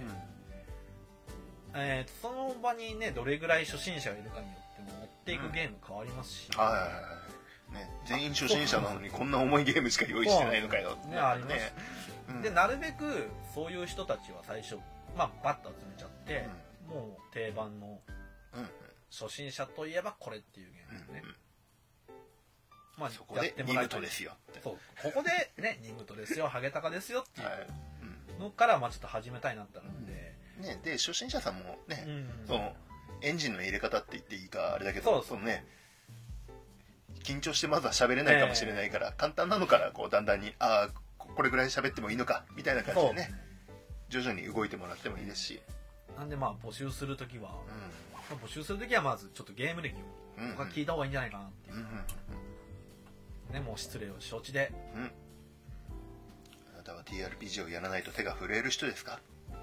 ってて、その場にねどれぐらい初心者がいるかによっても持っていくゲーム変わりますし、 全員初心者なのにこんな重いゲームしか用意してないのかよねありますね。でなるべくそういう人たちは最初バッと集めちゃって、もう定番の初心者といえばこれっていうゲームですね。 そこでニムトですよ。 ここでねニムトですよハゲタカですよっていうのからちょっと始めたいなってなるんで。 で初心者さんもね、そのエンジンの入れ方って言っていいかあれだけど、そのね緊張してまずは喋れないかもしれないから、簡単なのからだんだんにこれぐらい喋ってもいいのかみたいな感じでね徐々に動いてもらってもいいですし、 なんで募集するときは、募集するときはまずちょっとゲーム歴を僕は聞いた方がいいんじゃないかなっていうもう失礼を承知で。 あなたは TRPG をやらないと手が震える人ですか。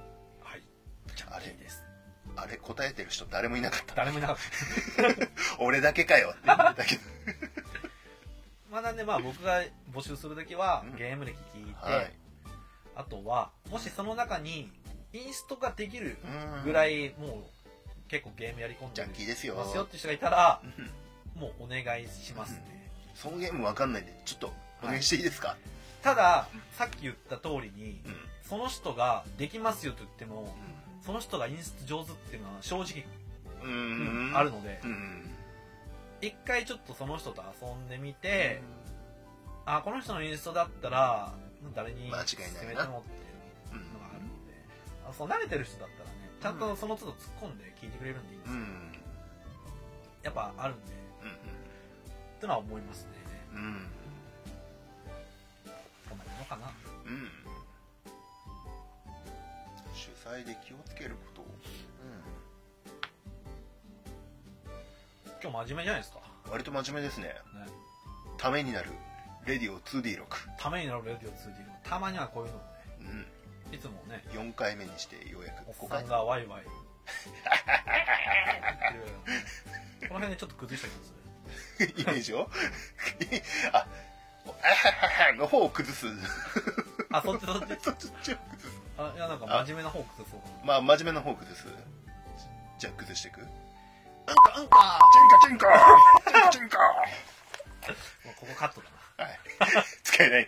あれ答えてる人誰もいなかった。俺だけかよって言ってたけどなんで僕が募集するときはゲーム歴聞いて、あとはもしその中にインストができるぐらいもう結構ゲームやり込んでますよって人がいたらもうお願いしますね。 そのゲームわかんないんでちょっとお願いしていいですか。 たださっき言った通りにその人ができますよと言ってもその人がインスト上手っていうのは正直あるので、一回ちょっとその人と遊んでみて、この人のインストだったら誰に間違いないなっていうのがあるので、そう慣れてる人だったらねちゃんとその都度突っ込んで聞いてくれるんでいいんですよ。やっぱあるんでってのは思いますね。そんなのかな。 主催で気をつけることを、 今日真面目じゃないですか。 割と真面目ですね。ためになるレディオ 2D6。 ためになるレディオ 2D6。たまにはこういうのもね、いつもね 4回目にしてようやくおっさんがワイワイこの辺でちょっと崩した気がするイメージをの方を崩す。 そっちを崩す。いやなんか真面目な方を崩そう。 真面目な方を崩す。じゃあ崩していく。 うんかチンカチンカチンカもうここカットだな。使えない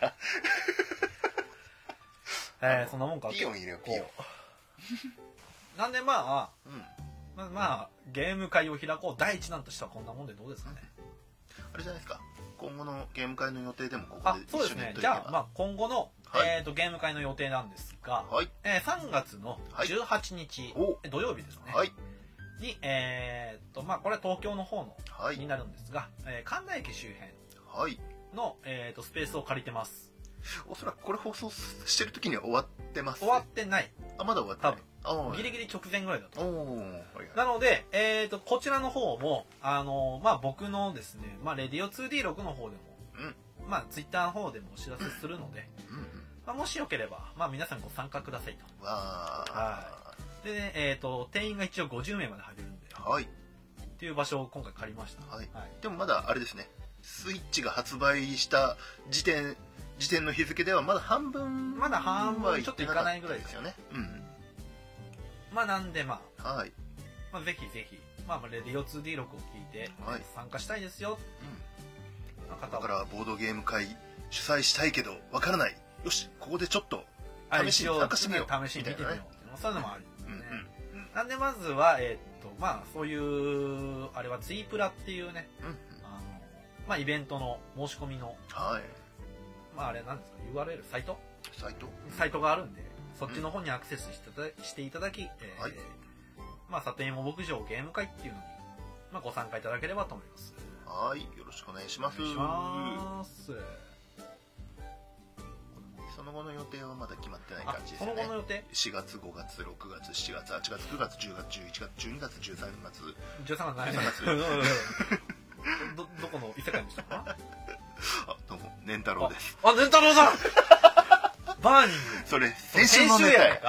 な。そんなもんか。 ピヨン入れようピヨン。 なんでまあゲーム会を開こう第一弾としてはこんなもんでどうですかね。 あれじゃないですか、今後のゲーム会の予定でもここで一緒にやっといけば。 じゃあ、今後の、ゲーム会の予定なんですが、3月の18日、土曜日ですね、に、これは東京の方の、になるんですが、神田駅周辺の、スペースを借りてます。 おそらくこれ放送してる時には終わってます、ね、 終わってない。 まだ終わってない。 多分ギリギリ直前ぐらいだと。なので、こちらの方も、僕のですね、レディオ 2D6 の方でも、ツイッターの方でもお知らせするので、もしよければ、皆さんご参加くださいと。で、定員が一応50名まで入れるんで、っていう場所を今回借りました。 でもまだあれですね、スイッチが発売した時点の日付ではまだ半分ちょっといかないぐらいですよね。なんでぜひぜひレディオ 2D6 を聞いて参加したいですよ。 だからボードゲーム会主催したいけどわからない。よし、ここでちょっと試しに参加してみよう。 試しに見てみよう。そういうのもあるんですね。なんでまずはそういうあれはツイプラっていうね、イベントの申し込みのあれなんですか URL サイトがあるんで、そっちの方にアクセスしていただき、里芋牧場ゲーム会っていうのに、ご参加いただければと思います。 よろしくお願いします。その後の予定はまだ決まってない感じですね。 その後の予定 4月5月6月7月8月9月10月11月12月13月 13月どこの異世界でしたか？ どうも年太郎です。 年太郎さんバーニング。 それ先週のネタや。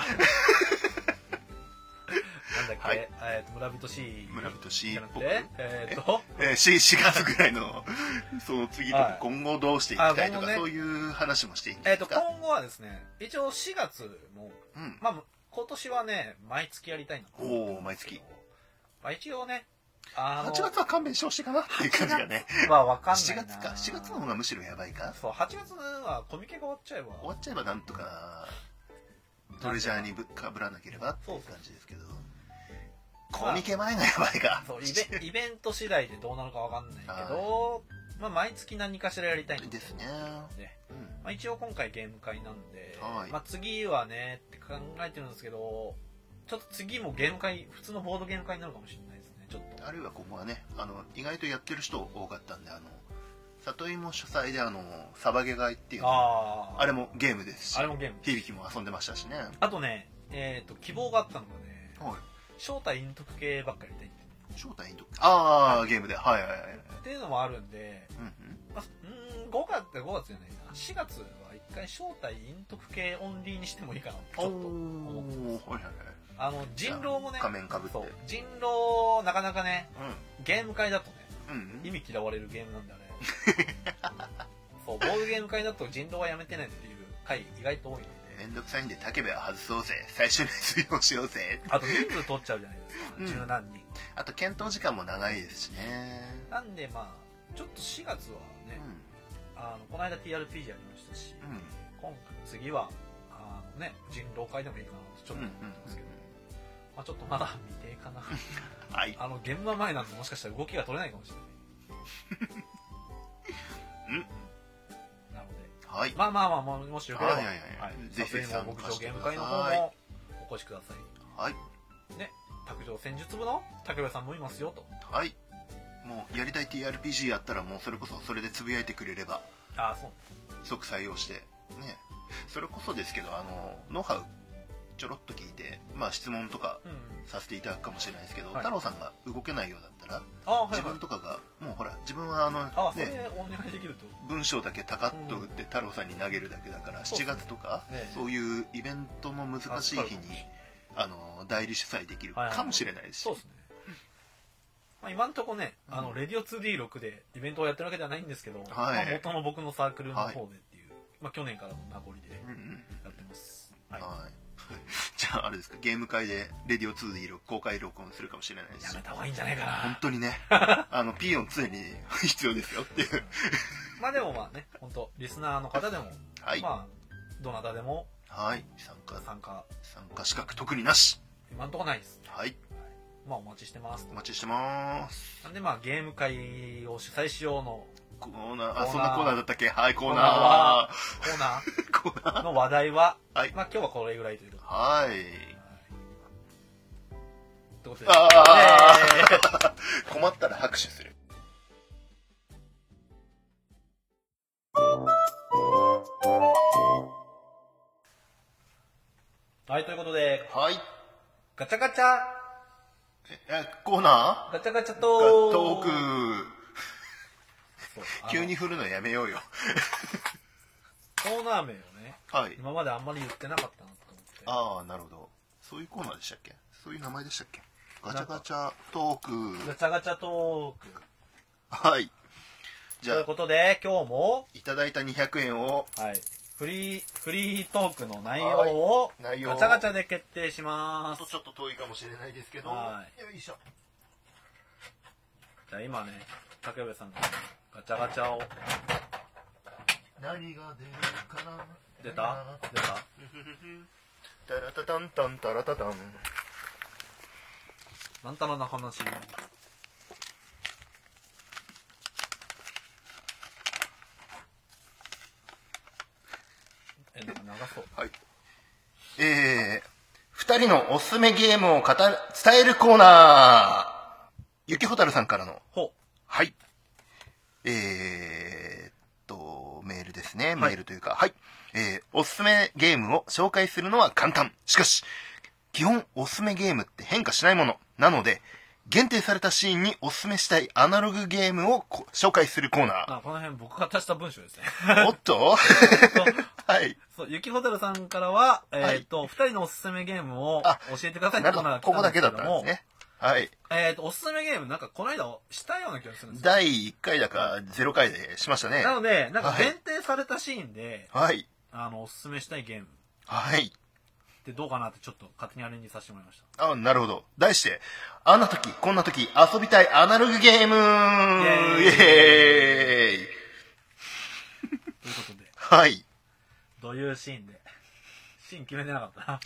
なんだっけ、村人 C じゃなくて 4月ぐらいのその次とか今後どうしていきたいとかそういう話もしていいんですか？ 今後はですね、一応4月も今年はね毎月やりたいなと。 毎月。 一応ね 8月は勘弁してほしいかなっていう感じがね。 わかんないな。 7月か。4月の方がむしろやばいか。 そう、8月はコミケが終わっちゃえばなんとかトレジャーにかぶらなければっていう感じですけど、コミケ前がやばいか。 そう、イベント次第でどうなるかわかんないけど、毎月何かしらやりたいんですね。 一応今回ゲーム会なんで、次はねって考えてるんですけど、ちょっと次もゲーム会、普通のボードゲーム会になるかもしれないですね。ちょっとあるいはここはね、意外とやってる人多かったんで、里芋主催でサバゲ会っていうの、あれもゲームですし、響きも遊んでましたしね。 あとね、希望があったのがね、正体陰徳系ばっかりやりたいって。 正体陰徳、ゲームでっていうのもあるんで、5月じゃないな、4月は一回正体陰徳系オンリーにしてもいいかなってちょっと思ってます。人狼もね、 仮面かぶって人狼なかなかね、ゲーム会だとね、意味嫌われるゲームなんであれそう、ボードゲーム会だと人狼はやめてねっていう回意外と多いんで、 めんどくさいんで竹部は外そうぜ、最初に水曜しようぜ。 あと人数取っちゃうじゃないですか、十何人。 あと検討時間も長いですしね。 なんでちょっと4月はね、この間 TRPG やりましたし、次は人狼会でもいいかなとちょっと思ってますけど、ちょっとまだ未定かな。現場前なんでもしかしたら動きが取れないかもしれない。なので、もしよければぜひ牧場ゲーム会の方もお越しください。ね、卓上戦術部の竹部さんもいますよと。 もうやりたい TRPG やったらもうそれこそそれでつぶやいてくれれば即採用してね。それこそですけどノウハウちょろっと聞いて質問とかさせていただくかもしれないですけど、太郎さんが動けないようだったら自分とかがもうほら自分は文章だけタカッと打って太郎さんに投げるだけだから、7月とかそういうイベントの難しい日に代理主催できるかもしれないですし。 そうですね。今のところね、レディオ 2D6 でイベントをやってるわけではないんですけど、元の僕のサークルの方でっていう、去年からの名残でやってます。 じゃああれですか、ゲーム会でレディオ 2D6 公開録音するかもしれないですし。 やめた方がいいんじゃないかな。 本当にね、ピーヨン常に必要ですよっていう。 でも本当リスナーの方でも、どなたでも参加資格特になし。 今のところないです。 まあお待ちしてます。 お待ちしてます。 なんでまあゲーム会を主催しようのコーナー、あ、そんなコーナーだったっけ？はい、コーナーの話題は、 はい、 まあ今日はこれぐらいということで。 はい。 ってことで。 困ったら拍手する。 はい、ということで、 はい。 ガチャガチャ。 コーナーガチャガチャトーク。急に振るのやめようよ。 コーナー名をね、 はい、 今まであんまり言ってなかったなと思って。 ああ、なるほど。そういうコーナーでしたっけ？そういう名前でしたっけ？ガチャガチャトーク。 ガチャガチャトーク。 はい。 じゃあということで、今日もいただいた200円を、 はい、フリートークの内容をガチャガチャで決定します。 ちょっと遠いかもしれないですけど、 はい、 よいしょ。 じゃあ今ね、竹部さんがガチャガチャを何が出るかな。 出たタラタタンタンタラタタン。 なんたらな話。なんか長そう。 はい。2人のおすすめゲームを伝えるコーナー。ゆきほたるさんからの。はい。メールですね。メールというか、はい。おすすめゲームを紹介するのは簡単。しかし、基本おすすめゲームって変化しないもの。なので、限定されたシーンにおすすめしたいアナログゲームを紹介するコーナー。 この辺僕が足した文章ですね。 おっとはい。 そう、ゆきほたるさんからは、2人のおすすめゲームを教えてくださいってコーナーが来たんですけども。 ここだけだったんですね。はい。 おすすめゲーム、なんかこの間したような気がするんですよ。第1回だか0回でしましたね。 なので、なんか限定されたシーンで、 はい。 おすすめしたいゲーム。 はい。 でどうかなってちょっと勝手にアレンジさせてもらいました。 あ、なるほど。題して、あんな時、こんな時、遊びたいアナログゲームイエーイということで。 はい。 どういうシーンでシーン決めてなかったな。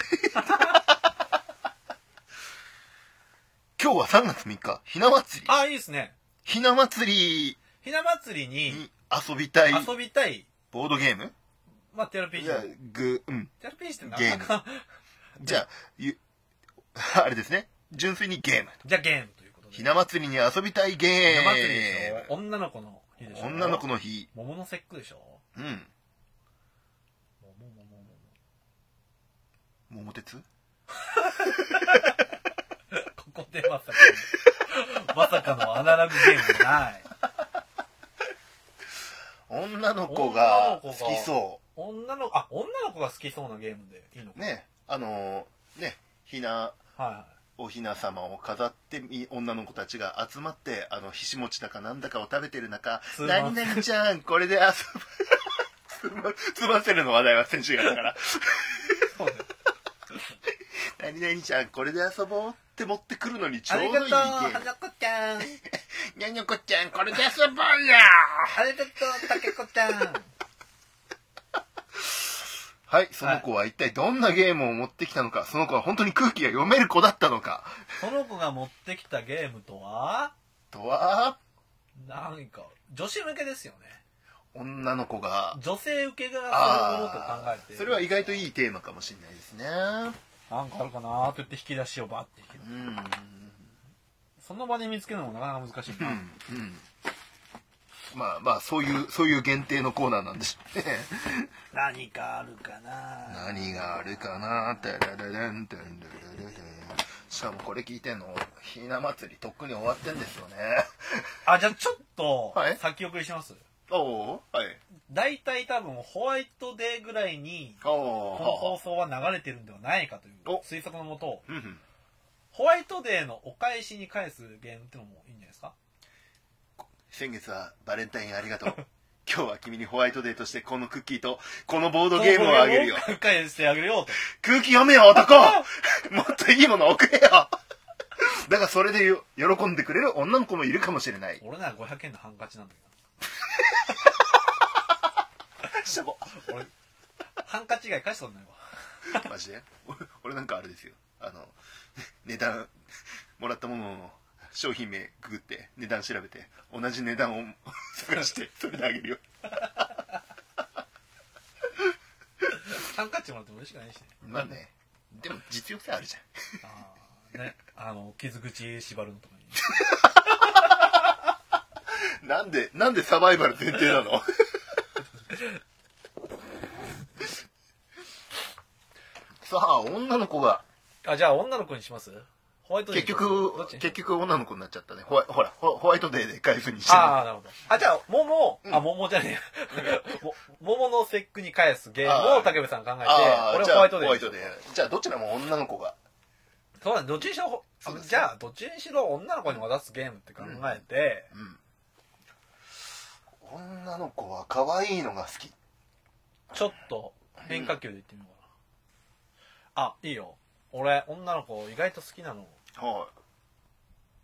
今日は3月3日、ひな祭り。 あ、いいですね。 ひな祭り。 ひな祭りに遊びたい。 ボードゲーム？ まあ、TRPG。 じゃあ、 TRPG ってなかなか。 じゃあ、あれですね。純粋にゲーム。 じゃあゲームということで。 ひな祭りに遊びたいゲーム。 ひな祭りでしょ。女の子の日でしょ。 女の子の日。 桃の節句でしょ。 うん。桃鉄ここでまさかのアナログゲームない。 女の子が好きそう。 女の子が好きそうなゲームでいいのかね。ひな、おひな様を飾って女の子たちが集まってひし餅だかなんだかを食べてる中、何々ちゃんこれで遊ぶつませるの話題は先週やったから何々ちゃんこれで遊ぼうって持ってくるのにちょうどいいゲーム。 ありがとうはなこちゃん。 にゃにゃこちゃんこれで遊ぼうや。 ありがとうたけこちゃん。 はい、その子は一体どんなゲームを持ってきたのか、その子は本当に空気が読める子だったのか。 その子が持ってきたゲームとは何か女子向けですよね。 女の子が女性受けがするものと考えて、 それは意外といいテーマかもしれないですね。 なんかあるかなーと言って引き出しをバッて引き出す。その場で見つけるのもなかなか難しいな。 まあそういう限定のコーナーなんでしょうね。 何かあるかな。 何があるかな。しかもこれ聞いてんのひな祭りとっくに終わってんですよね。 じゃあちょっと先送りします。 はい。 だいたい多分ホワイトデーぐらいにこの放送は流れてるんではないかという推測のもと、ホワイトデーのお返しに返すゲームってのもいいんじゃないですか。 先月はバレンタインありがとう。今日は君にホワイトデーとしてこのクッキーとこのボードゲームをあげるよ。 返してあげるよと。 空気読めよ男。もっといいもの送れよ。だからそれで喜んでくれる女の子もいるかもしれない。 俺なら500円のハンカチなんだけど。俺ハンカチ以外返したことないわ。 マジで俺なんかあれですよ。値段もらったものを商品名ググって値段調べて同じ値段を探してそれであげるよ。 ハンカチもらっても嬉しくないしね。 まあね、でも実用性あるじゃん。ああね、傷口縛るのとかに。なんでサバイバル前提なの？さあ、女の子が。 じゃあ女の子にします？ホワイトデー。 結局女の子になっちゃったね。ほら、ホワイトデーで返すにしてる。 なるほど。じゃあ、桃じゃねえ。桃の節句に返すゲームを竹部さん考えて、俺はホワイトデー。 ホワイトデー。じゃあ、どちらも女の子が。 そうだね、どっちにしろ、じゃあ、どっちにしろ女の子に渡すゲームって考えて、 女の子は可愛いのが好き。 ちょっと変化球で言ってみようかな。いいよ。俺、女の子意外と好きなの。 はい。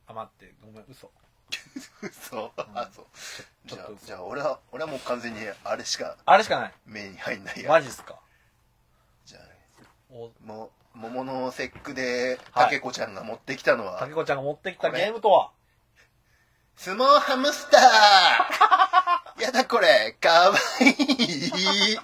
待って、ごめん、嘘。 嘘？そう。じゃあ俺はもう完全にあれしかない。 目に入んないや。 マジっすか。 じゃあ、桃の節句で竹子ちゃんが持ってきたのは、 竹子ちゃんが持ってきたゲームとは相撲ハムスター。やだこれ、かわいい。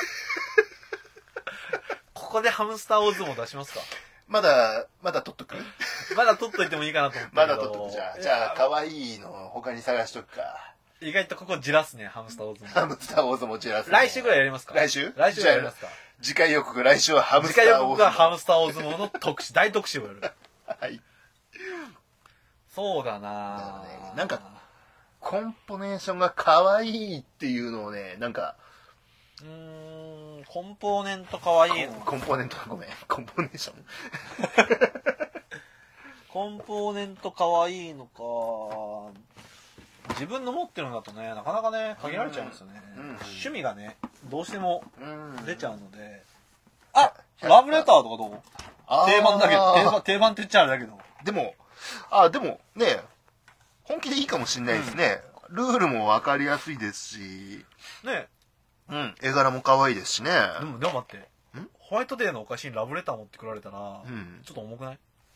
ここでハムスター大相撲出しますか？ まだ取っとく？ まだ取っといてもいいかなと思って。 まだ取っとく。じゃあかわいいの他に探しとくか。 意外とここじらすね、ハムスター大相撲。 ハムスター大相撲じらすね。 来週ぐらいやりますか？ 来週やりますか？ 次回予告、来週はハムスター大相撲。 次回予告がハムスター大相撲の大特集をやる。 はい。 そうだなぁ。なんか、コンポネーションが可愛いっていうのをね、なんか、 コンポーネント可愛いの。 コンポーネント、ごめん。コンポネーション。 コンポーネント可愛いのか。自分の持ってるのだとね、なかなかね、限られちゃうんですよね。趣味がね、どうしても出ちゃうので。ラブレターとかどう？定番だけど、定番って言っちゃあれだけど。 でもね、本気でいいかもしれないですね。ルールもわかりやすいですし。 ね。 絵柄も可愛いですしね。 でも待って。ホワイトデーのお菓子にラブレター持ってくられたら、ちょっと重くない？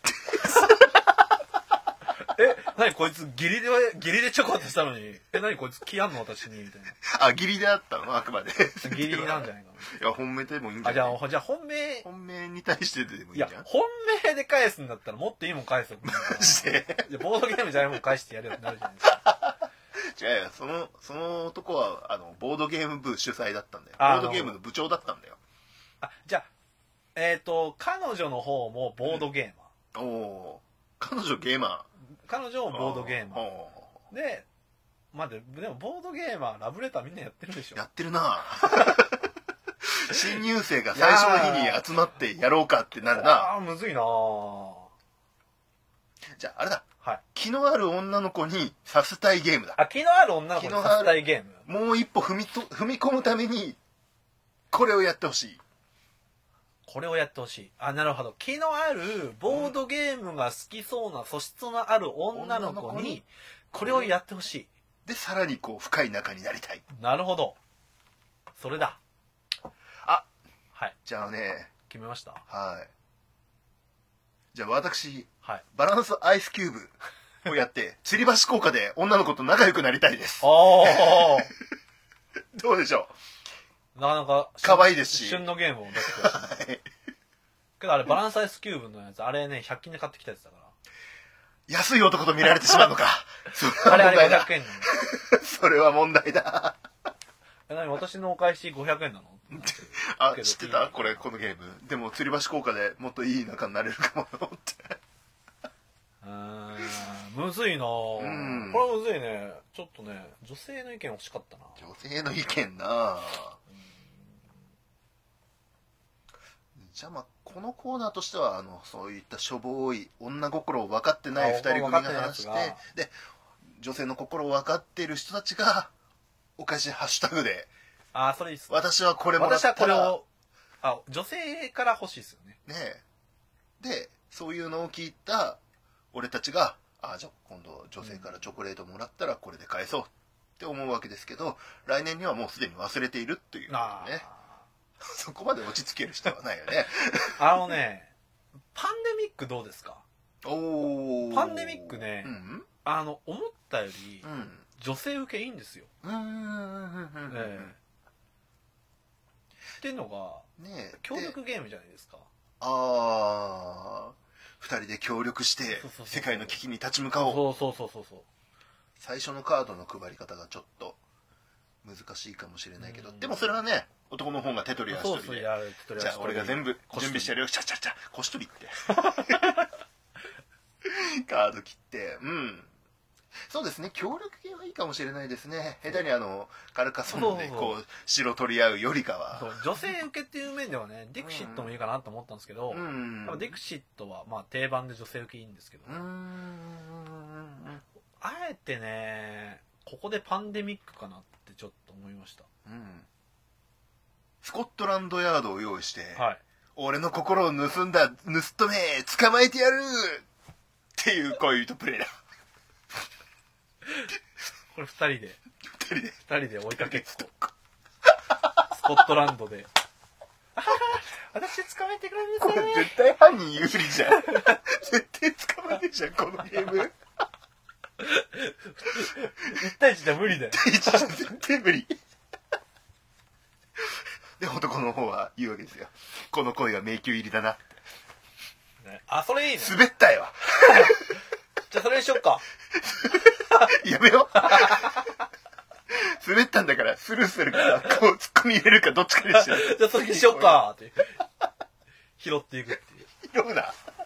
何こいつ義理でチョコってしたのに、何こいつ気あんの私にみたいな。義理であったのあくまで。 義理なんじゃないかな。いや、本命でもいいんじゃない？ じゃあ本命に対してでもいいじゃん。 いや、本命で返すんだったらもっといいもん返すよ。マジで。ボードゲームじゃないもん返してやるよってなるじゃないですか。 違うよ、その男は、ボードゲーム部主催だったんだよ。ボードゲームの部長だったんだよ。 じゃあ、彼女の方もボードゲーマー。 彼女ゲーマー。 彼女もボードゲーマー。でもボードゲーマー、ラブレターみんなやってるでしょ。 やってるな新入生が最初の日に集まってやろうかってなるな。 むずいな。 じゃあ、あれだ。気のある女の子にさせたいゲームだ。 気のある女の子にさせたいゲーム。もう一歩踏み込むために、これをやってほしい。 これをやってほしい。なるほど。気のあるボードゲームが好きそうな素質のある女の子にこれをやってほしい。 でさらに深い仲になりたい。 なるほど。それだ。はい。 じゃあね、 決めました。 はい。じゃあ私、バランスアイスキューブをやって吊り橋効果で女の子と仲良くなりたいです。どうでしょう。なかなか可愛いですし旬のゲームを出してください。けどあれバランスアイスキューブのやつ、あれね100均で買ってきたやつだから。 安い男と見られてしまうのか。 あれ500円なの。 それは問題だ。 私のお返し500円なの？ 知ってた？このゲーム。でも吊り橋効果でもっといい仲になれるかもって。 むずいな。これむずいね。ちょっとね、女性の意見欲しかったな。 女性の意見な。じゃあこのコーナーとしてはそういったしょぼい女心を分かってない2人組が話して、で女性の心を分かっている人たちがお返しハッシュタグで、 それいいっす。 私はこれもらったら、 私はこれを女性から欲しいですよね。 でそういうのを聞いた俺たちがじゃあ今度女性からチョコレートもらったらこれで返そうって思うわけですけど、来年にはもうすでに忘れているっていうことね。そこまで落ち着ける人はないよね。 パンデミックどうですか？ パンデミックね、思ったより女性受けいいんですよ。っていうのが協力ゲームじゃないですか。 2人で協力して世界の危機に立ち向かおう。 そう最初のカードの配り方がちょっと難しいかもしれないけど、でもそれはね、男の方が手取り足取りで、じゃあ俺が全部準備してやるよ、ちゃ腰取りってカード切って、そうですね、協力系はいいかもしれないですね。下手にカルカソンでこう城取り合うよりかは。 女性受けっていう面ではね、ディクシットもいいかなと思ったんですけど、ディクシットはまあ定番で女性受けいいんですけど、あえてね、ここでパンデミックかなってちょっと思いました。 スコットランドヤードを用意して、俺の心を盗んだ盗っ人め捕まえてやるっていう恋人プレイだ。 これ2人で追いかけっこ。スコットランドで私捕まえてくれるんですよね。 絶対犯人有利じゃん。絶対捕まえるじゃん、このゲーム。1 対1じゃ無理だよ。 1対1じゃ絶対無理。で、男の方は言うわけですよ。この恋が迷宮入りだな。 それいいね。 滑ったよ。 じゃあそれにしよっか。 やめよう。滑ったんだからスルーするからこうツッコミ入れるかどっちかにしてる。 じゃあそれにしよっかって拾っていくっていう。 拾うな。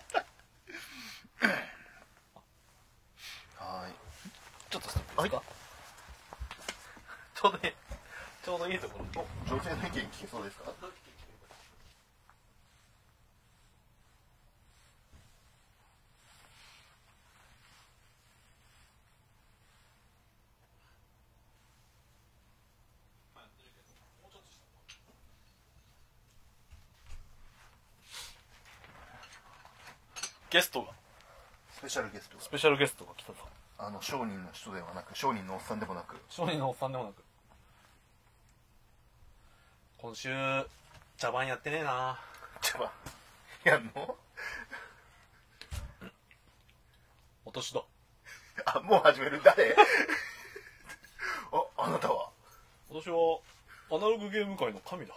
ちょっとストップですか。ちょうどいいところ。 女性の意見聞けそうですか。 ゲストがスペシャルゲストが来たぞ。 商人の人ではなく、商人のおっさんでもなく、 今週茶番やってねえな。 茶番やんの？ お年だ。 もう始める。誰？あなたは？ 私はアナログゲーム界の神だ。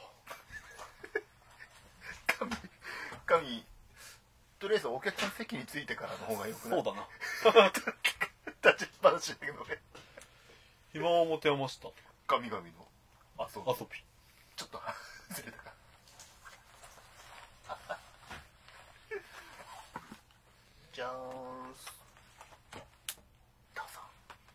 神。とりあえずお客さん席についてからの方がよくない？ そうだな。 立ちっぱなしだけどね。 暇を持て余した神々の遊び。ちょっとずれたか。じゃーん。どうぞ。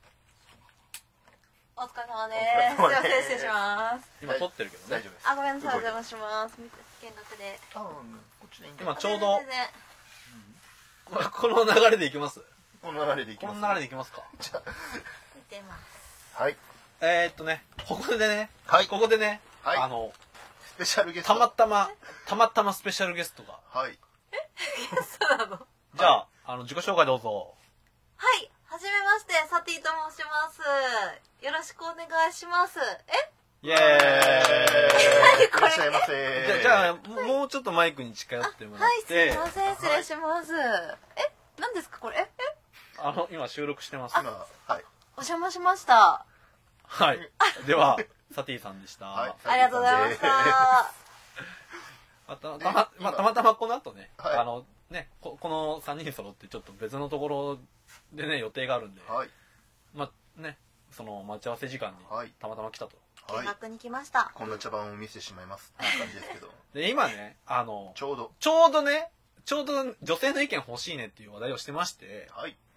お疲れ様です。すいません、失礼します。 今撮ってるけどね。 大丈夫です。 ごめんなさい、お邪魔します。見学で。 こっちでいいんだ。 今ちょうどこの流れでいきます。 この流れでいきますか。じゃあ見てます。 はい。 ここでね、 スペシャルゲスト。 たまたまスペシャルゲストが。 はい。 そうなの？ じゃあ、自己紹介どうぞ。 はい、はじめまして、サティと申します。よろしくお願いします。 イエーイ。 これ。 いらっしゃいませ。 じゃあもうちょっとマイクに近寄ってもらって。 はい、すいません、失礼します。何ですかこれ？ 今収録してます。 はい。 お邪魔しました。 はい。ではサティさんでした。 ありがとうございました。 たまたまこの後ね、この3人揃ってちょっと別のところでね予定があるんで、その待ち合わせ時間にたまたま来たと。 見学に来ました。 こんな茶番を見せてしまいますって感じですけど。 で今ねちょうど女性の意見欲しいねっていう話題をしてまして、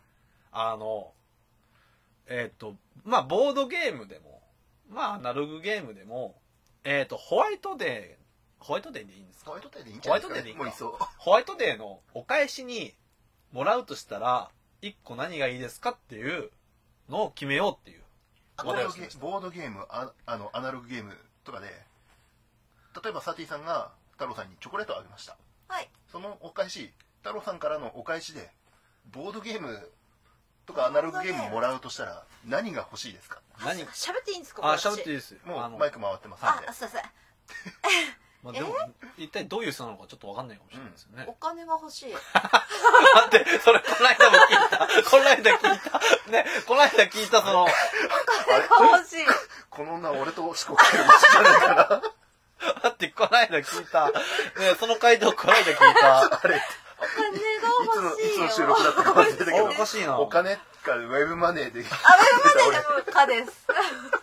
ボードゲームでもアナログゲームでもホワイトデーでいいんですか？ ホワイトデーでいいんじゃないですか？ ホワイトデーのお返しにもらうとしたら1個何がいいですかっていうのを決めようっていう話題をしてました。ボードゲームアナログゲームとかで、例えばサティさんが太郎さんにチョコレートをあげました。 はい。 そのお返し、太郎さんからのお返しでボードゲームとかアナログゲームをもらうとしたら何が欲しいですか？ 喋っていいんですか？ 喋っていいです。 もうマイク回ってますんで。 すいません。 まあでも一体どういう人なのかちょっと分かんないかもしれないですよね。 お金が欲しい。 待ってそれこの間も聞いた。この間聞いたね。この間聞いたその。 お金が欲しい。 この女俺と四国ってる一緒じゃないかな。 だってこの間聞いた。ねその回答この間聞いた。 あれ。 お金が欲しいよ。 いつの収録だったか忘れたけど。 おかしいな。 お金かウェブマネーで。 ウェブマネーでもかです。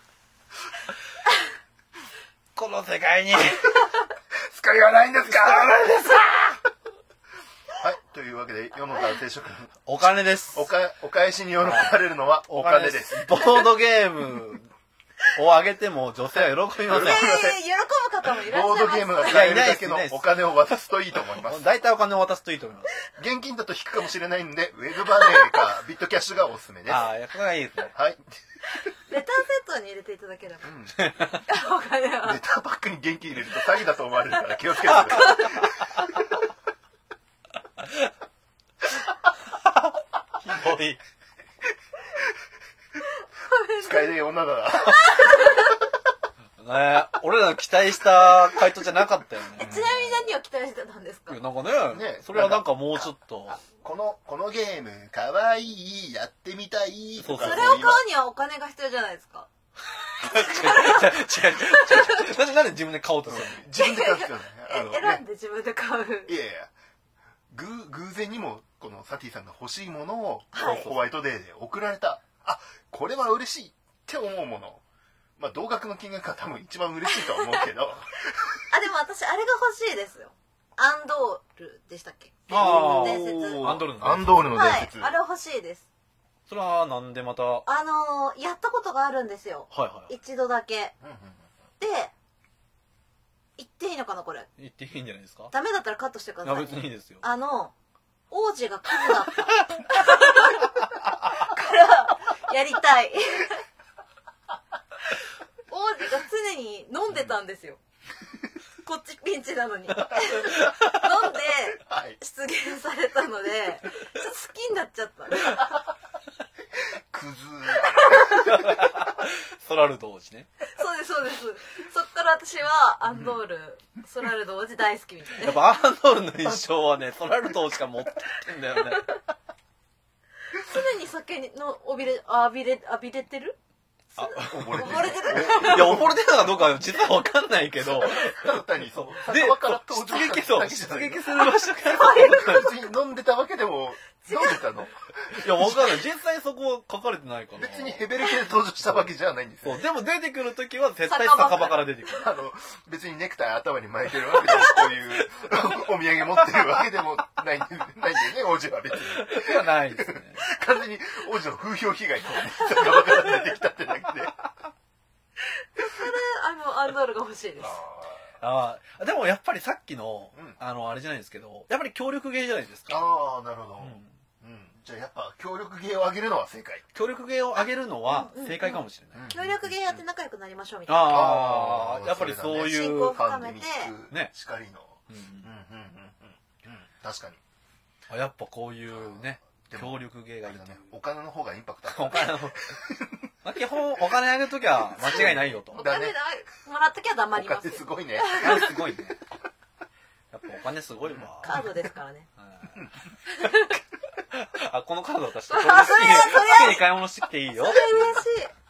この世界に救いはないんですか。ないですか。はい、というわけで世の男性諸君、 お金です。 お返しに喜ばれるのはお金です。 ボードゲームをあげても女性は喜びません。 喜ぶ方もいらっしゃいます。 ボードゲームが買えるだけのお金を渡すといいと思います。 大体お金を渡すといいと思います。 現金だと引くかもしれないんで、ウェブマネーかビットキャッシュがおすすめです。 ああ、これがいいですね。 はい。 レターセットに入れていただければ。お金は。 レターバッグに現金入れると詐欺だと思われるから気をつけてください。 ひどい。 使えねえ女だな。俺らの期待した回答じゃなかったよね。 ちなみに何を期待してたんですか？ なんかね、それはなんかもうちょっと。 このゲームかわいい、やってみたいとか。 それを買うにはお金が必要じゃないですか。 違う。なんで自分で買おうとするの？ 自分で買うんですよね。 選んで自分で買う。 いやいや。偶然にもこのサティさんが欲しいものをホワイトデーで送られた。あ、これは嬉しいって思うもの。まあ同額の金額は多分一番嬉しいとは思うけど。 あ、でも私あれが欲しいですよ。アンドールでしたっけ？ ああ、 伝説。 アンドールの伝説。 はい、あれ欲しいです。 それはなんでまた。 やったことがあるんですよ。 はいはい。 一度だけ。で、言っていいのかなこれ。 言っていいんじゃないですか？ ダメだったらカットしてください。 いや別にいいですよ。 王子がクズだった。からやりたい。王子が常に飲んでたんですよ。こっちピンチなのに。飲んで出現されたので、ちょっと好きになっちゃった。 クズソラルド王子ね。 そうですそうです。そっから私はアンドール、ソラルド王子大好きみたいな。 やっぱアンドールの一生はね、ソラルド王子が持ってってんだよね。 常に酒の浴びれてる？ 溺れてる。 いや、溺れてたかどうかは実は分かんないけど。 にそう。 で、出撃する場所から別に飲んでたわけでも、飲んでたの？ いや、分かんない。実際そこ書かれてないから。 別にヘベレケで登場したわけじゃないんですよ。 でも出てくるときは絶対酒場から出てくる。 別にネクタイ頭に巻いてるわけでも、こういうお土産持ってるわけでもないんだよね、王子は別に。 ではないですね。 完全に王子の風評被害と酒場から出てきたってだけで。 アンドールが欲しいです。 でもやっぱりさっきの、あれじゃないですけど、やっぱり協力ゲーじゃないですか。 ああ、なるほど。じゃあやっぱ協力ゲーを上げるのは正解。 協力ゲーを上げるのは正解かもしれない。 協力ゲーやって仲良くなりましょうみたいな。 ああ、やっぱりそういう親交を深めて、 ね、しかりの。確かに。 やっぱこういうね、協力ゲーがいいね。 お金の方がインパクトある。 お金の方。基本お金あげるときは間違いないよと。 お金もらっときゃ黙ります。 お金すごいね。 お金すごいね。やっぱお金すごいわ。 カードですからね。 このカード渡して。好きに買い物してきていいよ。 それ嬉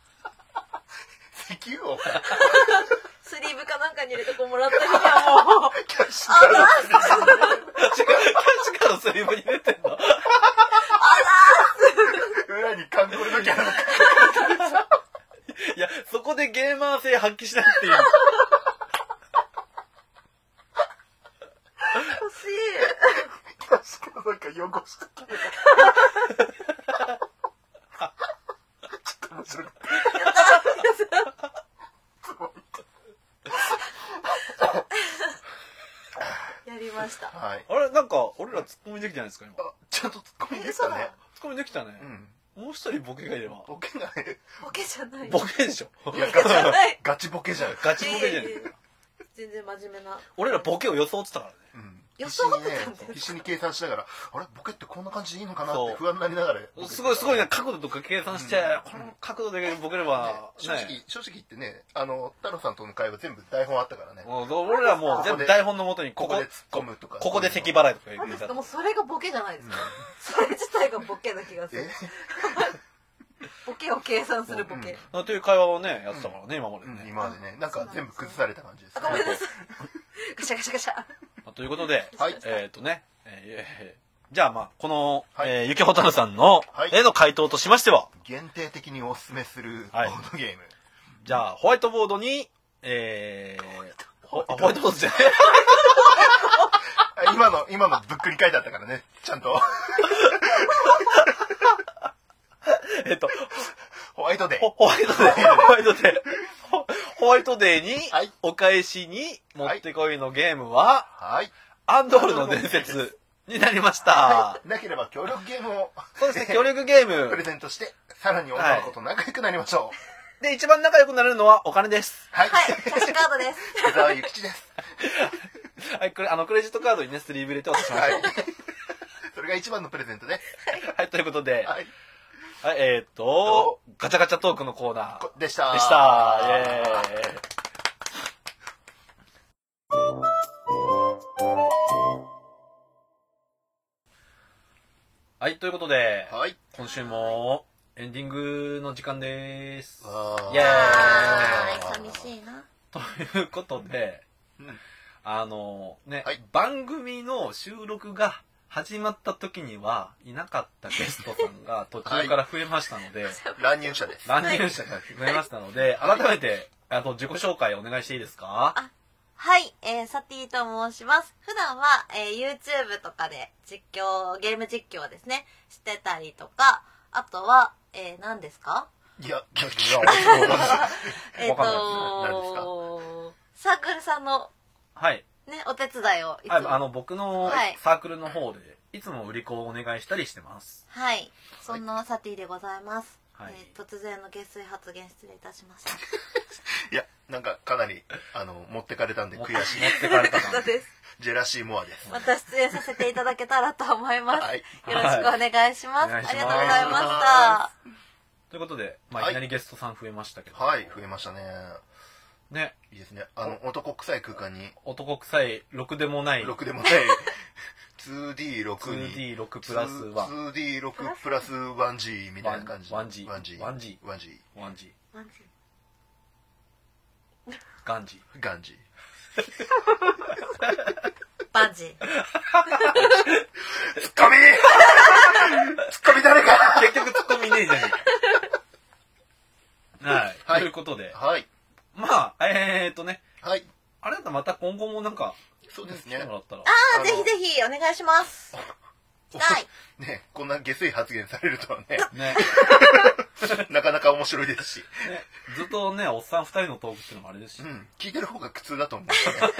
しい。 石油をスリーブかなんかに入れてこうもらった日にはもうキャッシュカードキャッシュカードスリーブに入れてんの。 裏にカンコレのキャラのいや、そこでゲーマー性発揮しなくていい。 欲しい。 キャッシュカードなんか汚してきてちょっと面白かった。 やりました。 あれなんか俺らツッコミできてないですか今。 ちゃんとツッコミできたね。 ツッコミできたね。もう一人ボケがいれば。 ボケない。 ボケじゃない。 ボケでしょ。 いやガチボケじゃん。 ガチボケじゃん。 全然真面目な。 俺らボケを装ってたからね。 予想ってたんですか？ 必死に計算しながら、あれボケってこんな感じでいいのかなって不安になりながら。 すごいね、角度とか計算して、この角度でボケれば、 正直言ってね、太郎さんとの会話全部台本あったからね。 俺らもう全部台本のもとに、 ここで突っ込むとか。 ここで咳払いとか言ってた。 もうそれがボケじゃないですか。それ自体がボケな気がする。ボケを計算するボケ。 という会話をね、やってたからね、今までね。 今までね、なんか全部崩された感じです。 ごめんなさい。ガシャガシャガシャ。 ということで、じゃあまあ、この、ゆきほたるさんの、への回答としましては、 限定的におすすめするボードゲーム。 じゃあ、ホワイトボードに、ホワイトボードじゃない今のぶっくり書いてあったからね、ちゃんと。ホワイトデー。ホワイトデーに、お返しにもってこいのゲームは、アンドールの伝説になりました。 なければ協力ゲームを。 そうですね、協力ゲーム。 プレゼントして、さらに女の子と仲良くなりましょう。で、一番仲良くなれるのはお金です。 はい。キャッシュカードです。 福沢諭吉です。 はい、クレジットカードにね、スリーブ入れて渡しましょう。 それが一番のプレゼントです。 はい、ということで、ガチャガチャトークのコーナーでした。 イエーイ。はい、ということで、今週もエンディングの時間です。イエーイ。 寂しいな。 ということで、番組の収録が始まった時にはいなかったゲストさんが途中から増えましたので、 乱入者です。 乱入者が増えましたので、改めて自己紹介お願いしていいですか？ はい、サティと申します。普段は、YouTube とかでゲーム実況ですね、してたりとか、あとは、何ですか？ いや、 何ですか？ サークルさんの、ね、お手伝いをいつも。 僕のサークルの方で、いつも売り子をお願いしたりしてます。 はい。そんなサティでございます。突然の下水発言失礼いたしました。 いや、なんかかなり、持ってかれたんで悔しい。 持ってかれた感じ。 ジェラシーモアです。 また出演させていただけたらと思います。よろしくお願いします。ありがとうございました。 ということで、いきなりゲストさん増えましたけど。 はい、増えましたね。 ね。 いいですね。男臭い空間に。 男臭い、ろくでもない。 ろくでもない。2D6 に。 2D6 プラス1。 2D6 プラス 1G みたいな感じ。 1G。 ガンジ。 ガンジ。バンジ。 ツッコミ誰か結局ツッコミねえじゃねえか。はい。ということで。まあ、ね。あれだったらまた今後もなんか、 そうですね。 ぜひぜひお願いします。 ね、こんな下水発言されるとはね。なかなか面白いですし。 ずっとね、おっさん2人のトークっていうのもあれですし。 聞いてる方が苦痛だと思う。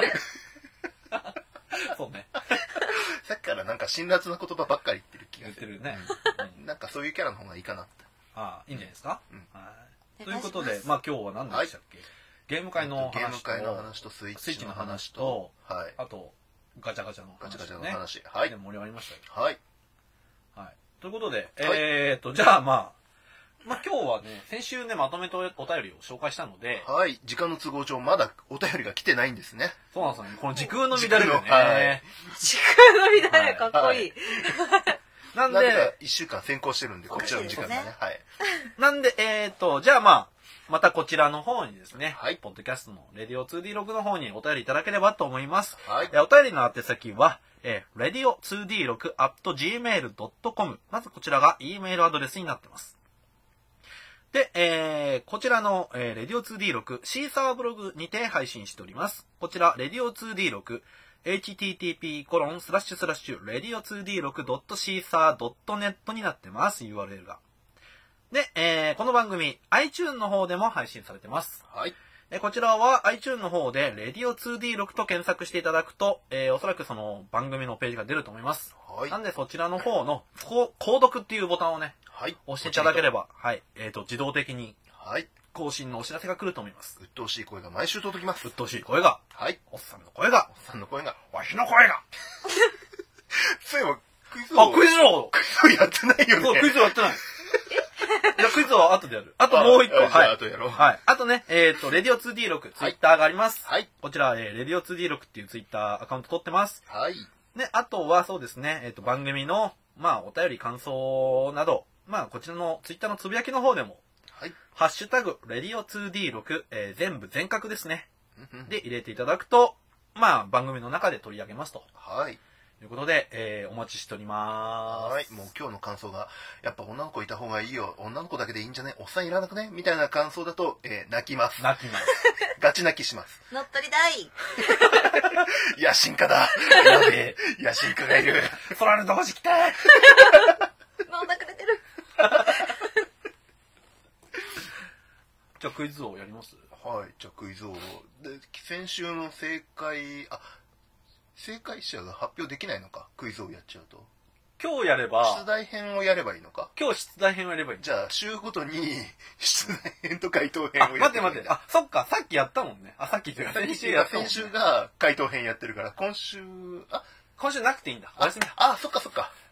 そうね。 さっきからなんか辛辣な言葉ばっかり言ってる気がする。 言ってるね。 なんかそういうキャラの方がいいかなって。 いいんじゃないですか？ということで、まあ今日は何でしたっけ？ゲーム会の話とスイッチの話と、 あとガチャガチャの話で盛り上がりましたよ。ということで、じゃあまあ今日はね、先週ね、まとめとお便りを紹介したので、 時間の都合上まだお便りが来てないんですね。 そうなんですよね。この時空の乱れがね。 時空の乱れかっこいい。 なんで、1週間先行してるんで、こちらの時間がね。 なんで、じゃあまたこちらの方にですね、ポッドキャストのレディオ 2D6 の方にお便りいただければと思います。お便りの宛先は、radio2d6@gmail.com。まずこちらが E メールアドレスになってます。で、こちらの、レディオ 2D6 シーサーブログにて配信しております。こちら、レディオ 2D6 http://radio2d6.caesar.net になってます。URL が。で、この番組、iTunes の方でも配信されてます。こちらは iTunes の方で、レディオ 2D6 と検索していただくと、おそらくその番組のページが出ると思います。なんでそちらの方の、購読っていうボタンをね、押していただければ、自動的に、更新のお知らせが来ると思います。 鬱陶しい声が毎週届きます。 鬱陶しい声が、おっさんの声が、 おっさんの声が、 わしの声が、 そういえばクイズ王やってないよね。 そう、クイズ王やってない。じゃあクイズは後でやる。あともう一個。 はい。後やろう。 はい。あとね、レディオ 2D6、ツイッターがあります。 はい。 こちら、レディオ 2D6 っていうツイッターアカウント取ってます。 はい。 ね、あとはそうですね、番組の、まあ、お便り感想など、まあ、こちらのツイッターのつぶやきの方でも、 はい。 ハッシュタグ、レディオ 2D6、全部全角ですね。で、入れていただくと、まあ、番組の中で取り上げますと。 はい。 ということで、お待ちしております。 はい。もう今日の感想が、やっぱ女の子いた方がいいよ。女の子だけでいいんじゃね？おっさんいらなくね？みたいな感想だと、泣きます。 泣きます。 ガチ泣きします。 乗っ取りたい。 野心家だ。 やべえ。 野心家がいる。 ソラルド星来て飲んだくれてる。 じゃあクイズ王やります？ はい。じゃあクイズ王。で、先週の正解者が発表できないのか、クイズをやっちゃうと。 今日やれば、 出題編をやればいいのか。 今日出題編をやればいい。 じゃあ、週ごとに、出題編と回答編をやって待って。あ、そっか、さっきやったもんね。さっきというか、 先週が回答編やってるから、今週なくていいんだ。 そっか。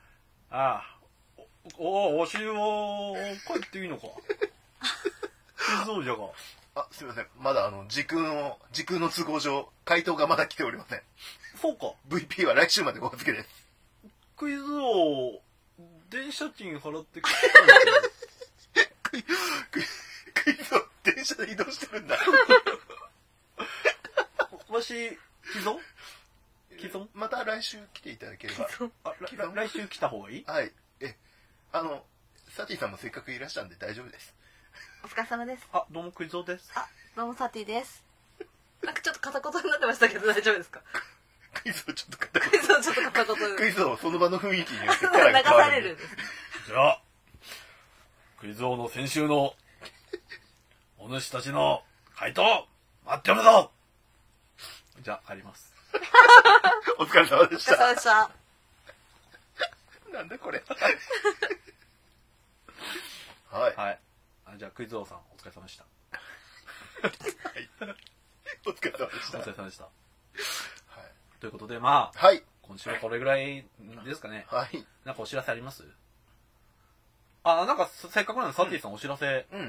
お尻を帰っていいのか。クイズ王じゃが。 すみません。まだ時空の都合上、回答がまだ来ておりません。 そうか。 VP は来週までお預けです。 クイズ王、電車賃払ってきたんだクイズ王、電車で移動してるんだ。 わし、既存また来週来ていただければ。 来週来た方がいい？ はい。サティさんもせっかくいらっしゃるんで大丈夫です。 お疲れ様です。 どうもクイズ王です。 どうもサティです。なんかちょっと片言になってましたけど大丈夫ですか？ クイズをちょっと片言。クイズをその場の雰囲気によってキャラが変わる。 流されるんです。 じゃあ、クイズ王の先週のお主たちの回答待っておるぞ。じゃあ帰ります。 お疲れ様でした。 お疲れ様でした。 なんだこれ。はい。 じゃあクイズ王さんお疲れ様でした。 はい。お疲れ様でした。 お疲れ様でした。 はい。 ということで、まあ、 はい。 今週はこれぐらいですかね。 はい。 なんかお知らせあります？なんかせっかくなので、サティさんお知らせ。 はい。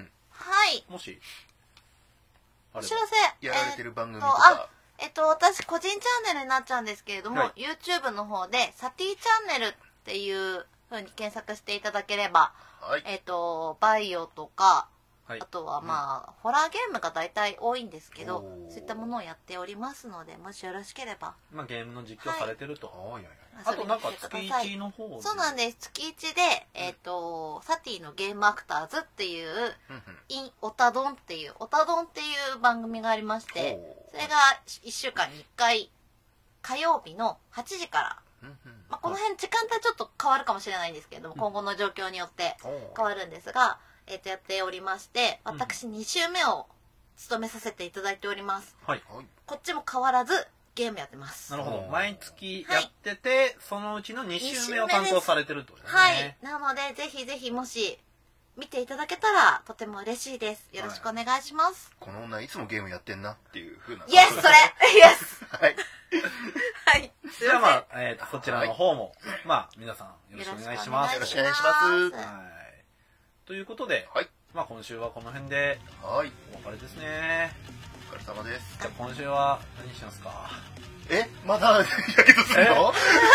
もし。 お知らせ。 やられてる番組とか。 私個人チャンネルになっちゃうんですけれども、YouTube の方で、サティチャンネルっていう風に検索していただければ、バイオとか、あとはホラーゲームが大体多いんですけど、そういったものをやっておりますので、もしよろしければ。 ゲームの実況されてると。 あとなんか月1の方で。 そうなんです。月1で、サティのゲームアクターズっていう、オタドンっていう番組がありまして、それが1週間に1回、火曜日の8時から、この辺時間帯ちょっと変わるかもしれないんですけれども、今後の状況によって変わるんですが、やっておりまして、私2週目を務めさせていただいております。 はい。 こっちも変わらずゲームやってます。 なるほど。毎月やってて、そのうちの2週目を担当されてるってことですね。 はい。なので、ぜひぜひもし見ていただけたらとても嬉しいです。よろしくお願いします。 この女いつもゲームやってんなっていう風な。 イエス、それイエスはい。 はい。 じゃあそちらの方も、皆さんよろしくお願いします。 よろしくお願いします。 はい。ということで、今週はこの辺で、お別れですね。 お疲れ様です。 じゃあ今週は何しますか？ まだやけどするの？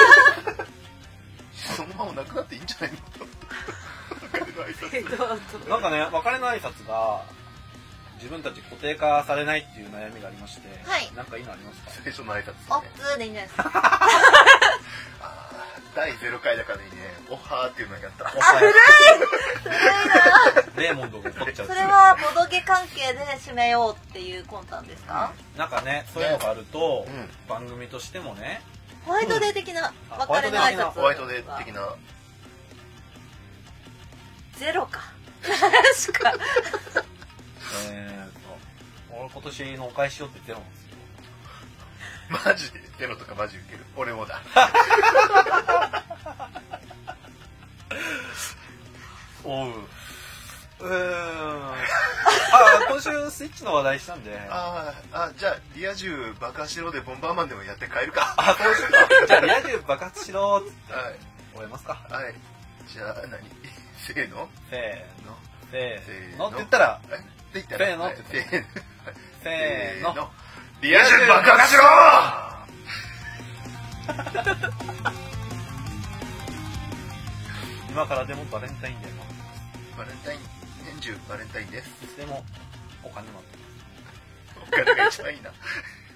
そのままなくなっていいんじゃないの？ なんかね、別れの挨拶が自分たち固定化されないっていう悩みがありまして、なんかいいのありますか？ 最初の挨拶。 おっつーでいいんじゃないですか？ 第0回だからいいね。おはーっていうのやったら。 古いレーモンドが怒っちゃう。 それはボドゲ関係で締めようっていう魂胆ですか？ なんかね、そういうのがあると、番組としてもね、 ホワイトデー的な別れの挨拶。 ホワイトデー的な。 ゼロか。確か。 俺今年のお返しよってゼロなんですよ。 マジでゼロとかマジウケる。俺もだ。 おう。今今週スイッチの話題したんで。 じゃあリア充爆発しろでボンバーマンでもやって帰るか。 そうしようか。じゃあリア充爆発しろっつって、終えますか。 はい。じゃあ何せーのせーのって言ったら、せーのって言ったら、せーの。 リア充爆発しろ今からでもバレンタインデーも年中バレンタインです。 いつでもお金待ってます。お金が一番いいな。